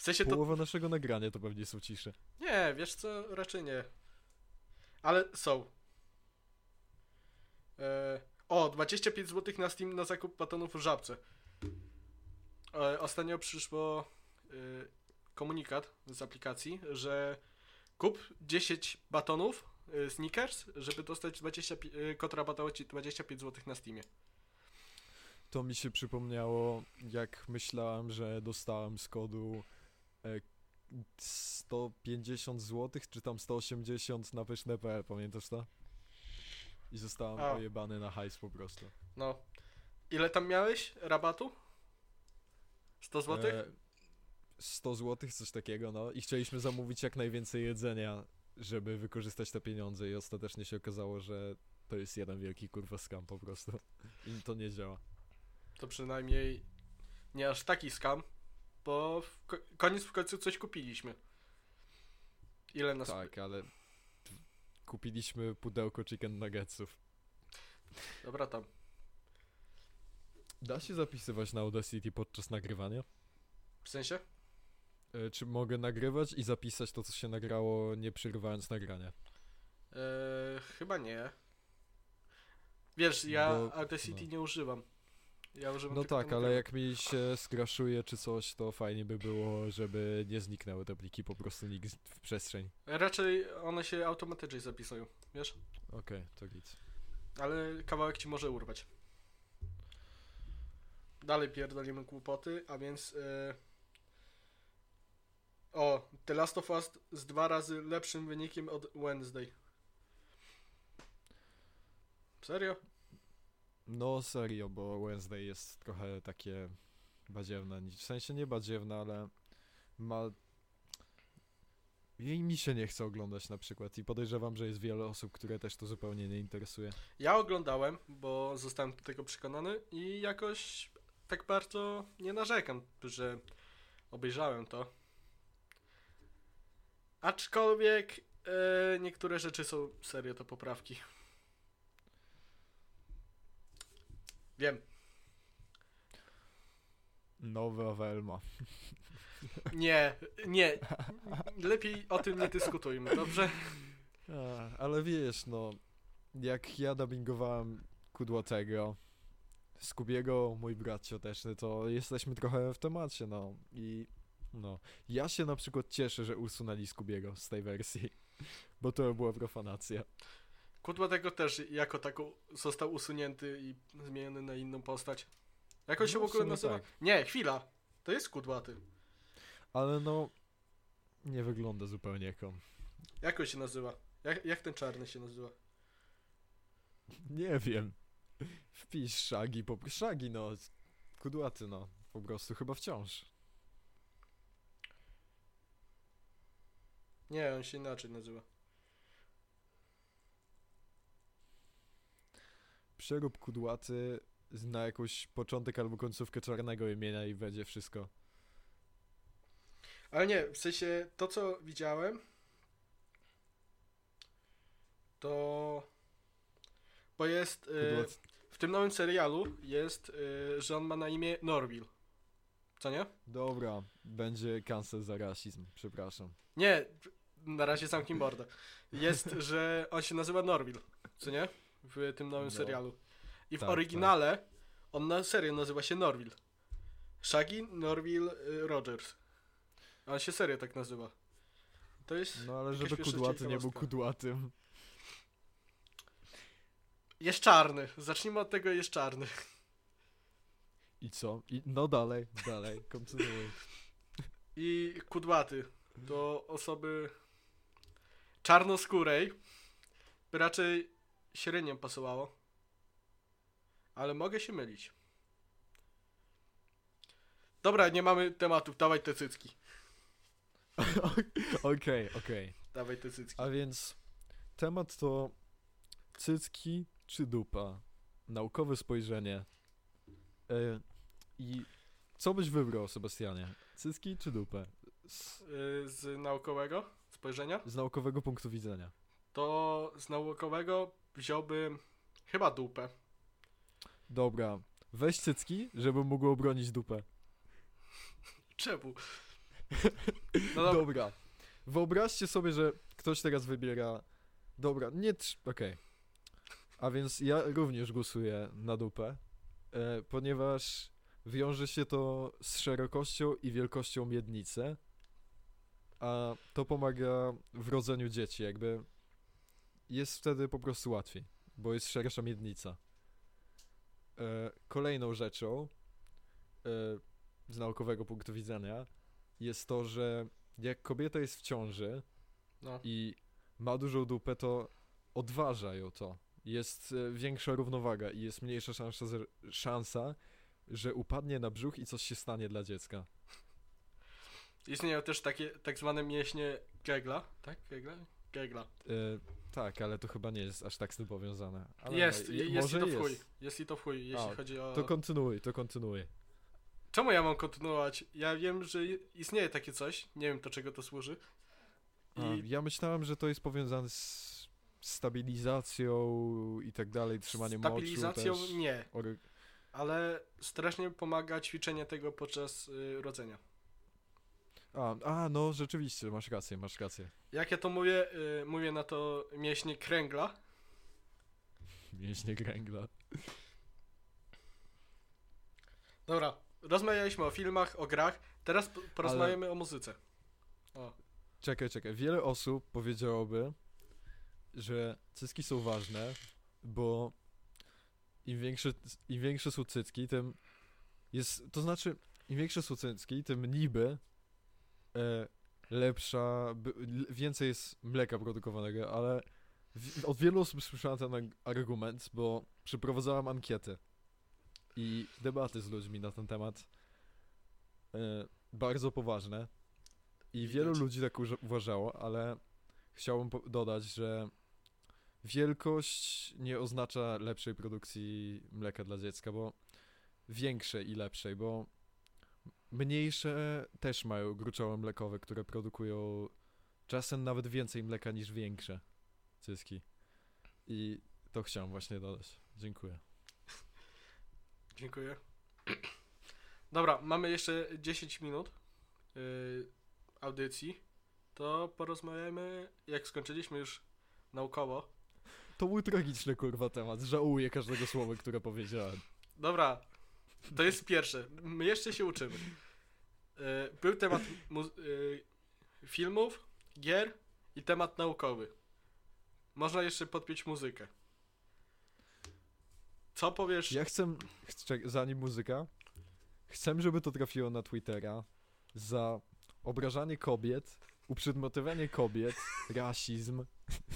W sensie to... Połowa naszego nagrania to pewnie są cisze. Nie, wiesz co, raczej nie. Ale są. E... O, dwadzieścia pięć złotych na Steam na zakup batonów w Żabce. E, ostatnio przyszło e, komunikat z aplikacji, że kup dziesięć batonów e, Snickers, żeby dostać dwadzieścia, e, kod rabatowy dwadzieścia pięć złotych na Steamie. To mi się przypomniało, jak myślałem, że dostałem z kodu e, sto pięćdziesiąt złotych, czy tam sto osiemdziesiąt na pyszne kropka p l, pamiętasz to? I zostałem A. pojebany na hajs po prostu. No. Ile tam miałeś rabatu? sto złotych? E, sto złotych, coś takiego, no. I chcieliśmy zamówić jak najwięcej jedzenia, żeby wykorzystać te pieniądze i ostatecznie się okazało, że to jest jeden wielki kurwa scam po prostu. I to nie działa. To przynajmniej nie aż taki skam, bo w ko- koniec w końcu coś kupiliśmy. Ile nas... Tak, ale kupiliśmy pudełko chicken nuggetsów. Dobra tam. Da się zapisywać na Audacity podczas nagrywania? W sensie? E, czy mogę nagrywać i zapisać to, co się nagrało, nie przerywając nagrania? Eee, chyba nie. Wiesz, ja Bo- Audacity no. nie używam. Ja używam No tylko tak, tego ale nagrania. jak mi się skraszuje czy coś, to fajnie by było, żeby nie zniknęły te pliki po prostu nikt w przestrzeń. Raczej one się automatycznie zapisują, wiesz? Okej, to git. Ale kawałek ci może urwać. Dalej pierdolimy kłopoty, a więc... Eee... O, The Last of Us z dwa razy lepszym wynikiem od Wednesday. Serio? No serio, bo Wednesday jest trochę takie badziewne, w sensie nie badziewne, ale ma... Jej mi się nie chce oglądać na przykład i podejrzewam, że jest wiele osób, które też to zupełnie nie interesuje. Ja oglądałem, bo zostałem do tego przekonany i jakoś tak bardzo nie narzekam, że obejrzałem to. Aczkolwiek e, niektóre rzeczy są serio to poprawki. Wiem. Nowa Welma. Nie, nie. Lepiej o tym nie dyskutujmy, dobrze? A, ale wiesz, no, jak ja dubbingowałem Kudłatego, Skubiego, mój brat cioteczny, to jesteśmy trochę w temacie, no. I no, ja się na przykład cieszę, że usunęli Skubiego z tej wersji, bo to była profanacja. Kudła tego też jako tako został usunięty i zmieniony na inną postać. Jak on No, się w w ogóle sumie nazywa? tak. Nie, chwila. To jest Kudłaty. Ale no, nie wygląda zupełnie jak on. Jak on się nazywa? Jak, jak ten czarny się nazywa? Nie wiem. Wpisz Shaggy, po Shaggy, no. Kudłaty, no. Po prostu chyba wciąż. Nie, on się inaczej nazywa. Przerób Kudłaty na jakąś początek albo końcówkę czarnego imienia i będzie wszystko. Ale nie, w sensie to co widziałem to bo jest y, Kudłaty. w tym nowym serialu jest, y, że on ma na imię Norville. Co nie? Dobra, będzie cancel za rasizm, przepraszam. Nie, na razie zamknij mordę. Jest, że on się nazywa Norville. Co nie? W tym nowym No. serialu. I w Tak, oryginale on na serio nazywa się Norville. Shaggy Norville y, Rogers. A on się serio tak nazywa. To jest... No ale jakaś żeby pierwsza Kudłaty nie był ciekawostka. Kudłatym. Jest czarny. Zacznijmy od tego, jest czarny. I co? I, no dalej, dalej, kontynuuj. I kudłaty do osoby czarnoskórej by raczej średnio pasowało. Ale mogę się mylić. Dobra, nie mamy tematów. Dawaj te cycki. Okej, okej. Dawaj te cycki. A więc temat to cycki czy dupa? Naukowe spojrzenie. E, I co byś wybrał, Sebastianie? Cycki czy dupę? Z, Y, Z naukowego spojrzenia z naukowego punktu widzenia. to z naukowego wziąłbym chyba dupę. Dobra, weź cycki, żeby mógł obronić dupę. Czemu? No dobra. Dobra. Wyobraźcie sobie, że ktoś teraz wybiera... Dobra, nie... trz- Okej. A więc ja również głosuję na dupę, e, ponieważ wiąże się to z szerokością i wielkością miednicy, a to pomaga w rodzeniu dzieci, jakby jest wtedy po prostu łatwiej, bo jest szersza miednica. E, kolejną rzeczą e, z naukowego punktu widzenia jest to, że jak kobieta jest w ciąży No. i ma dużą dupę, to odważa ją to. Jest e, większa równowaga i jest mniejsza szansa, że- szansa, że upadnie na brzuch i coś się stanie dla dziecka. Istnieją też takie tak zwane mięśnie Kegla, tak? Kegla? Kegla. E, tak, ale to chyba nie jest aż tak z tym powiązane. Ale Jest, no, je- i- jest może i to w jest. chuj. Jest i to w chuj, jeśli A, chodzi o... To kontynuuj, to kontynuuj. Czemu ja mam kontynuować? Ja wiem, że istnieje takie coś, nie wiem do czego to służy. A, I ja myślałem, że to jest powiązane z stabilizacją i tak dalej, trzymaniem moczu stabilizacją też. nie, Ory- ale strasznie pomaga ćwiczenie tego podczas y, rodzenia. A, a, no rzeczywiście, masz rację, masz rację. Jak ja to mówię, y, mówię na to mięśnie kręgla. Mięśnie kręgla. Dobra, rozmawialiśmy o filmach, o grach, teraz po- porozmawiamy o muzyce. O, Czekaj, czekaj. Wiele osób powiedziałoby, że cycki są ważne, bo im większe, im większe są cycki, tym jest, to znaczy, im większe są cycki, tym niby e, lepsza, by, l- więcej jest mleka produkowanego, ale w, od wielu osób słyszałem ten ag- argument, bo przeprowadzałem ankiety i debaty z ludźmi na ten temat e, bardzo poważne i wielu Widać. ludzi tak uż- uważało, ale chciałbym po- dodać, że wielkość nie oznacza lepszej produkcji mleka dla dziecka, bo większej i lepszej, bo mniejsze też mają gruczoły mlekowe, które produkują czasem nawet więcej mleka niż większe cyski. I to chciałem właśnie dodać. Dziękuję. dziękuję. Dobra, mamy jeszcze dziesięć minut y, audycji. To porozmawiajmy, jak skończyliśmy już naukowo. To był tragiczny kurwa temat. Żałuję każdego słowa, które powiedziałem. Dobra, to jest pierwsze. My jeszcze się uczymy. Y, Był temat mu- y, filmów, gier i temat naukowy. Można jeszcze podpiąć muzykę. Co powiesz? Ja chcę, chcę, zanim muzyka, chcę, żeby to trafiło na Twittera za obrażanie kobiet, uprzedmiotowanie kobiet, rasizm.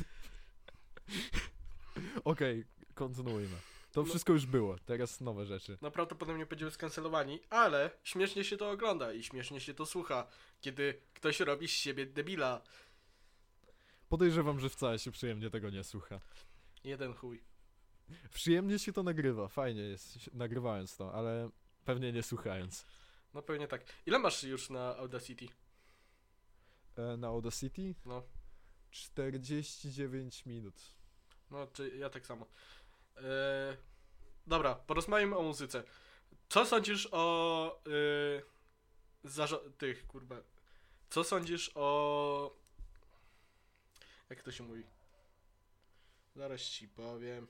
Okej, kontynuujmy. To No. wszystko już było, teraz nowe rzeczy. No prawdopodobnie będziemy skancelowani, ale śmiesznie się to ogląda i śmiesznie się to słucha, kiedy ktoś robi z siebie debila. Podejrzewam, że wcale się przyjemnie tego nie słucha. Jeden chuj. Przyjemnie się to nagrywa, fajnie jest nagrywając to, ale pewnie nie słuchając. No pewnie tak. Ile masz już na Audacity? E, na Audacity? No. czterdzieści dziewięć minut. No, czy ja tak samo. Eee, dobra, porozmawiajmy o muzyce. Co sądzisz o yy, zarzo- tych, kurwa. Co sądzisz o... Jak to się mówi? Zaraz ci powiem.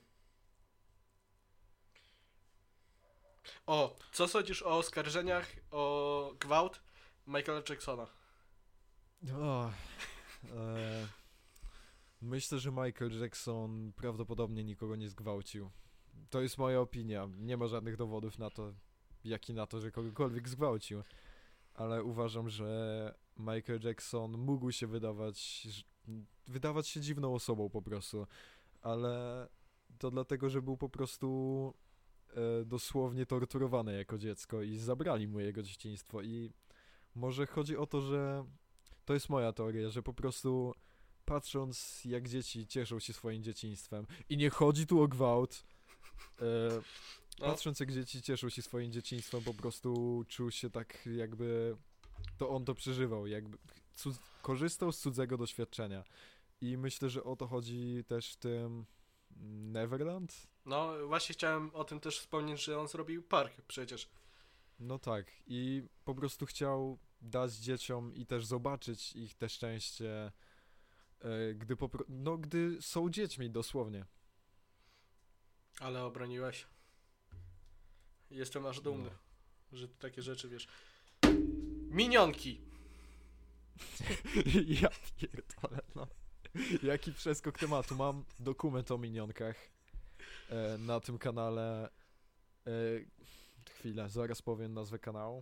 O, co sądzisz o oskarżeniach o gwałt Michaela Jacksona? O, e, myślę, że Michael Jackson prawdopodobnie nikogo nie zgwałcił. To jest moja opinia. Nie ma żadnych dowodów na to, jak i na to, że kogokolwiek zgwałcił. Ale uważam, że Michael Jackson mógł się wydawać, że- wydawać się dziwną osobą po prostu. Ale to dlatego, że był po prostu e, dosłownie torturowany jako dziecko i zabrali mu jego dzieciństwo. I może chodzi o to, że to jest moja teoria, że po prostu patrząc jak dzieci cieszą się swoim dzieciństwem i nie chodzi tu o gwałt, e, No. patrząc jak dzieci cieszą się swoim dzieciństwem, po prostu czuł się tak jakby to on to przeżywał, jakby cud- korzystał z cudzego doświadczenia. I myślę, że o to chodzi też w tym Neverland. No, właśnie chciałem o tym też wspomnieć, że on zrobił park przecież. No tak, i po prostu chciał dać dzieciom i też zobaczyć ich te szczęście, e, gdy popro- no gdy są dziećmi dosłownie. Ale obroniłeś. Jestem aż dumny, no. że takie rzeczy wiesz. Minionki! Ja pierdolę, no. Jaki przeskok tematu. Mam dokument o minionkach e, na tym kanale. E, chwilę, zaraz powiem nazwę kanału.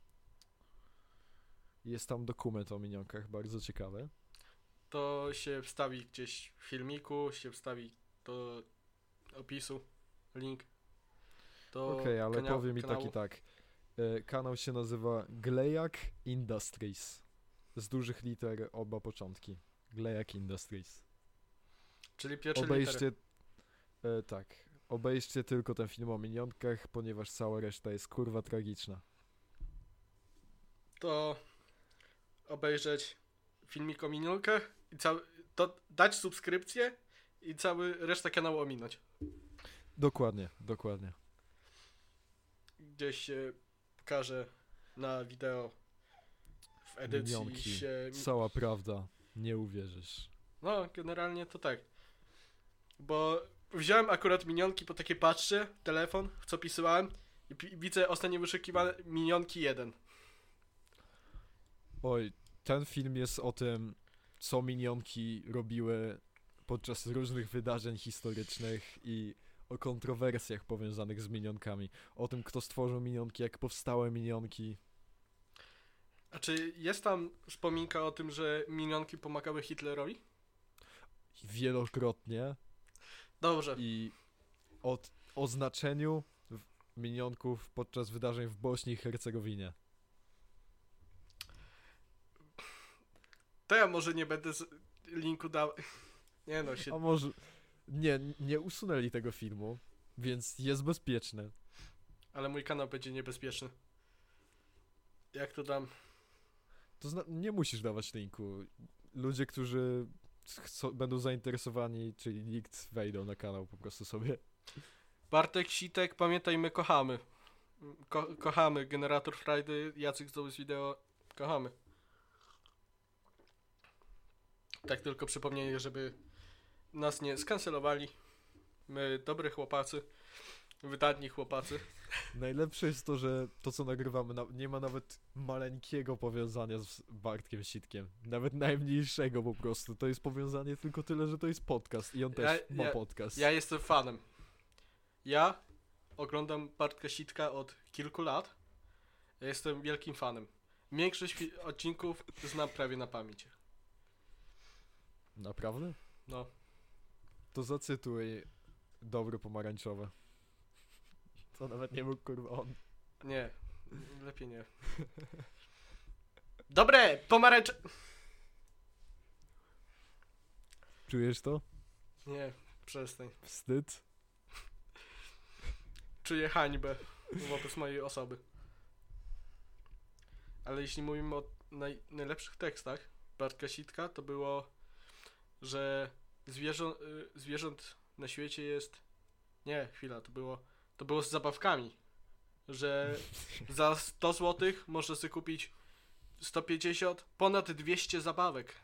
Jest tam dokument o minionkach, bardzo ciekawy. To się wstawi gdzieś w filmiku, się wstawi do opisu, link. Okej, okay, ale kanał, powiem i tak i tak. E, kanał się nazywa Glejak Industries. Z dużych liter oba początki. Glejak Industries. Czyli pierwsze Obejrzcie, litery. E, tak. Obejrzcie tylko ten film o minionkach, ponieważ cała reszta jest kurwa tragiczna. To obejrzeć filmik o minionkach i cały, to dać subskrypcję i cały resztę kanału ominąć. Dokładnie, dokładnie. Gdzieś się pokaże na wideo w edycji Minionki. się... Cała prawda. Nie uwierzysz. No, generalnie to tak. Bo wziąłem akurat minionki, po takie patrzę, telefon, w co pisałem i pi- widzę ostatnio wyszukiwane minionki jeden. Oj, ten film jest o tym, co minionki robiły podczas różnych wydarzeń historycznych i o kontrowersjach powiązanych z minionkami. O tym, kto stworzył minionki, jak powstały minionki. A czy jest tam wspominka o tym, że minionki pomagały Hitlerowi? Wielokrotnie. Dobrze. I o, o znaczeniu minionków podczas wydarzeń w Bośni i Hercegowinie. To ja może nie będę z linku dał. Nie no, się... A może... Nie, nie usunęli tego filmu, więc jest bezpieczny. Ale mój kanał będzie niebezpieczny. Jak to dam? To zna- nie musisz dawać linku. Ludzie, którzy chcą, będą zainteresowani, czyli nikt, wejdą na kanał po prostu sobie. Bartek Sitek, pamiętaj, my kochamy. Ko- kochamy. Generator Friday, Jacek z Wideo, kochamy. Tak tylko przypomnienie, żeby nas nie skancelowali. My dobry chłopacy. Wydatni chłopacy. Najlepsze jest to, że to, co nagrywamy, na- nie ma nawet maleńkiego powiązania z Bartkiem Sitkiem. Nawet najmniejszego po prostu. To jest powiązanie tylko tyle, że to jest podcast i on też Ja- ma ja- podcast. Ja jestem fanem. Ja oglądam Bartka Sitka od kilku lat. Ja jestem wielkim fanem. Większość fi- odcinków znam prawie na pamięć. Naprawdę? No. To zacytuj dobre pomarańczowe. To nawet nie mógł kurwa on. Nie. Lepiej nie. Dobre! Pomarańcz... Czujesz to? Nie, przestań. Wstyd? Czuję hańbę wobec mojej osoby. Ale jeśli mówimy o naj, najlepszych tekstach Bartka Sitka, to było, że zwierzę, y, zwierząt na świecie jest... Nie, chwila, to było... To było z zabawkami. Że za sto złotych można sobie kupić sto pięćdziesiąt, ponad dwieście zabawek.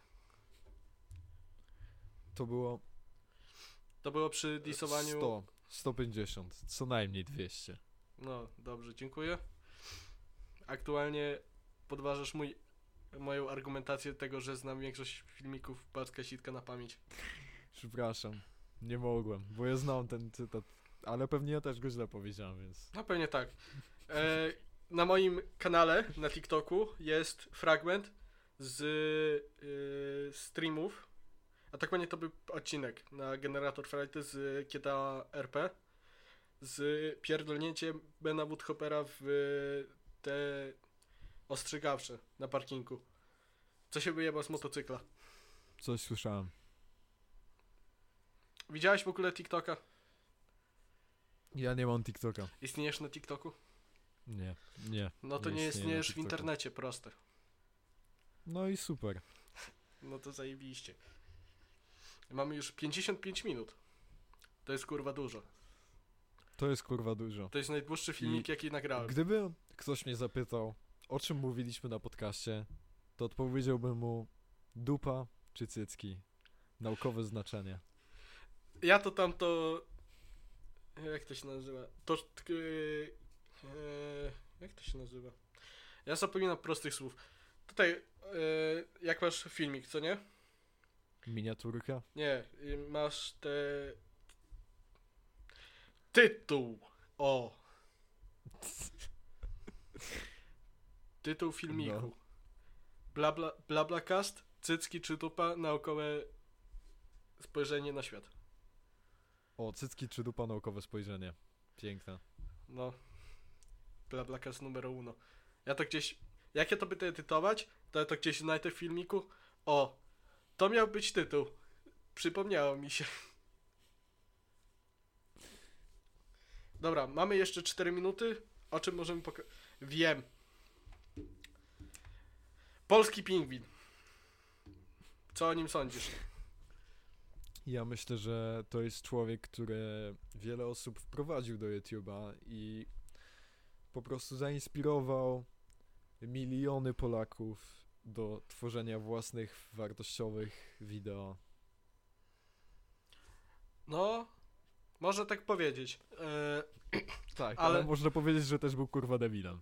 To było To było przy disowaniu... sto, sto pięćdziesiąt, co najmniej dwieście. No, dobrze, dziękuję. Aktualnie podważasz mój, moją argumentację tego, że znam większość filmików Bartka Sitka na pamięć. Przepraszam, nie mogłem, bo ja znam ten cytat, ale pewnie ja też go źle powiedziałem, więc... No pewnie tak. E, na moim kanale na TikToku jest fragment z y, streamów, a tak pewnie to był odcinek na Generator Friday z G T A R P z pierdolnięciem Bena Woodhoppera w te ostrzegawcze na parkingu. Co się wyjebał z motocykla. Coś słyszałem. Widziałeś w ogóle TikToka? Ja nie mam TikToka. Istniejesz na TikToku? Nie, nie. No to Nie nie istnieję istniejesz na w TikToku. internecie, proste. No i super. No to zajebiście. Mamy już pięćdziesiąt pięć minut. To jest kurwa dużo. To jest kurwa dużo. To jest najdłuższy filmik, I jaki nagrałem. Gdyby ktoś mnie zapytał, o czym mówiliśmy na podcaście, to odpowiedziałbym mu dupa czy cycki. Naukowe znaczenie. Ja to tam to... Jak to się nazywa? To... Yy, yy, jak to się nazywa? Ja zapominam prostych słów. Tutaj, yy, jak masz filmik, co nie? Miniaturka? Nie, y, masz te... Tytuł! O! Tytuł filmiku. No. Blabla, Blablacast, cycki czy dupa, naukowe spojrzenie na świat. O, cycki czy dupa, naukowe spojrzenie. Piękne. No. Blablacast numer uno. Ja to gdzieś... Jak ja to będę edytować, to ja to gdzieś znajdę w filmiku. O! To miał być tytuł. Przypomniało mi się. Dobra, mamy jeszcze cztery minuty. O czym możemy pokazać? Wiem. Polski pingwin. Co o nim sądzisz? Ja myślę, że to jest człowiek, który wiele osób wprowadził do YouTube'a i po prostu zainspirował miliony Polaków do tworzenia własnych wartościowych wideo. No, można tak powiedzieć. Eee, Tak, ale- ale można powiedzieć, że też był kurwa debilem.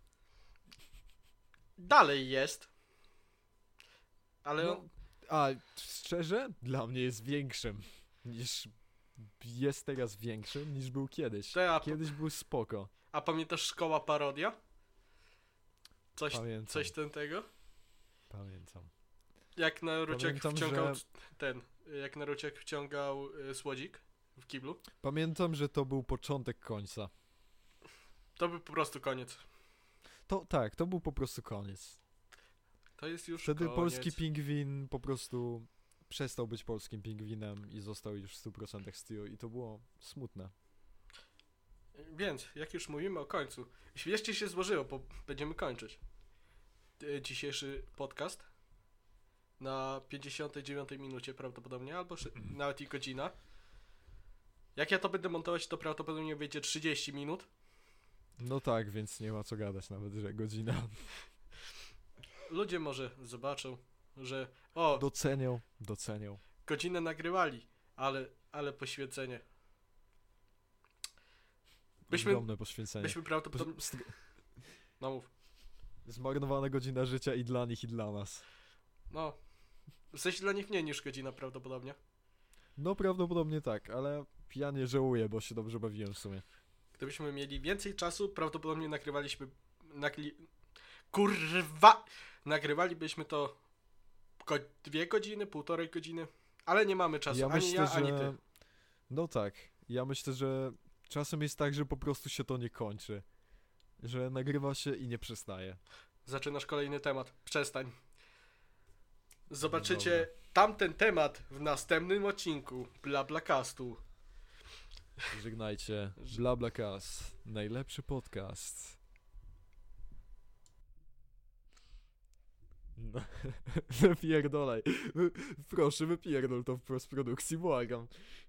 dalej jest. Ale No, on, a szczerze, dla mnie jest większym niż jest teraz większym niż był kiedyś. to ja, Kiedyś był spoko. a pamiętasz Szkoła Parodia? Coś, Pamiętam. coś ten tego? Pamiętam. Jak Naruciak Pamiętam, wciągał że- ten, jak Naruciak wciągał y, słodzik w kiblu. Pamiętam, że to był początek końca. To był po prostu koniec. To tak, to był po prostu koniec. To jest już Wtedy koniec. polski pingwin po prostu przestał być polskim pingwinem i został już w stu procentach Steel i to było smutne. Więc, jak już mówimy o końcu, świeżcie się złożyło, bo będziemy kończyć y, dzisiejszy podcast na pięćdziesiątej dziewiątej minucie prawdopodobnie, albo szy- nawet i godzina. Jak ja to będę montować, to prawdopodobnie wyjdzie trzydzieści minut. No tak, więc nie ma co gadać nawet, że godzina. Ludzie może zobaczą, że o, Docenią, docenią. godzinę nagrywali, ale, ale poświęcenie. Byśmy, Ogromne poświęcenie. byśmy prawdopodobnie... Po- st- No mów. Zmarnowana godzina życia i dla nich, i dla nas. No. W sensie dla nich mniej niż godzina prawdopodobnie. No prawdopodobnie tak, ale ja nie żałuję, bo się dobrze bawiłem w sumie. Gdybyśmy mieli więcej czasu, prawdopodobnie nagrywaliśmy... Nagli... Kurwa! Nagrywalibyśmy to go... dwie godziny, półtorej godziny, ale nie mamy czasu, Ja ani myślę, ja, że... ani ty. No tak, ja myślę, że czasem jest tak, że po prostu się to nie kończy. Że nagrywa się i nie przestaje. Zaczynasz kolejny temat. Przestań. Zobaczycie Dobra. tamten temat w następnym odcinku Blablacastu. Żegnajcie. BlaBlaCast. Najlepszy podcast. No. Wypierdolaj. Wy- Proszę, wypierdol to w postprodukcji, błagam.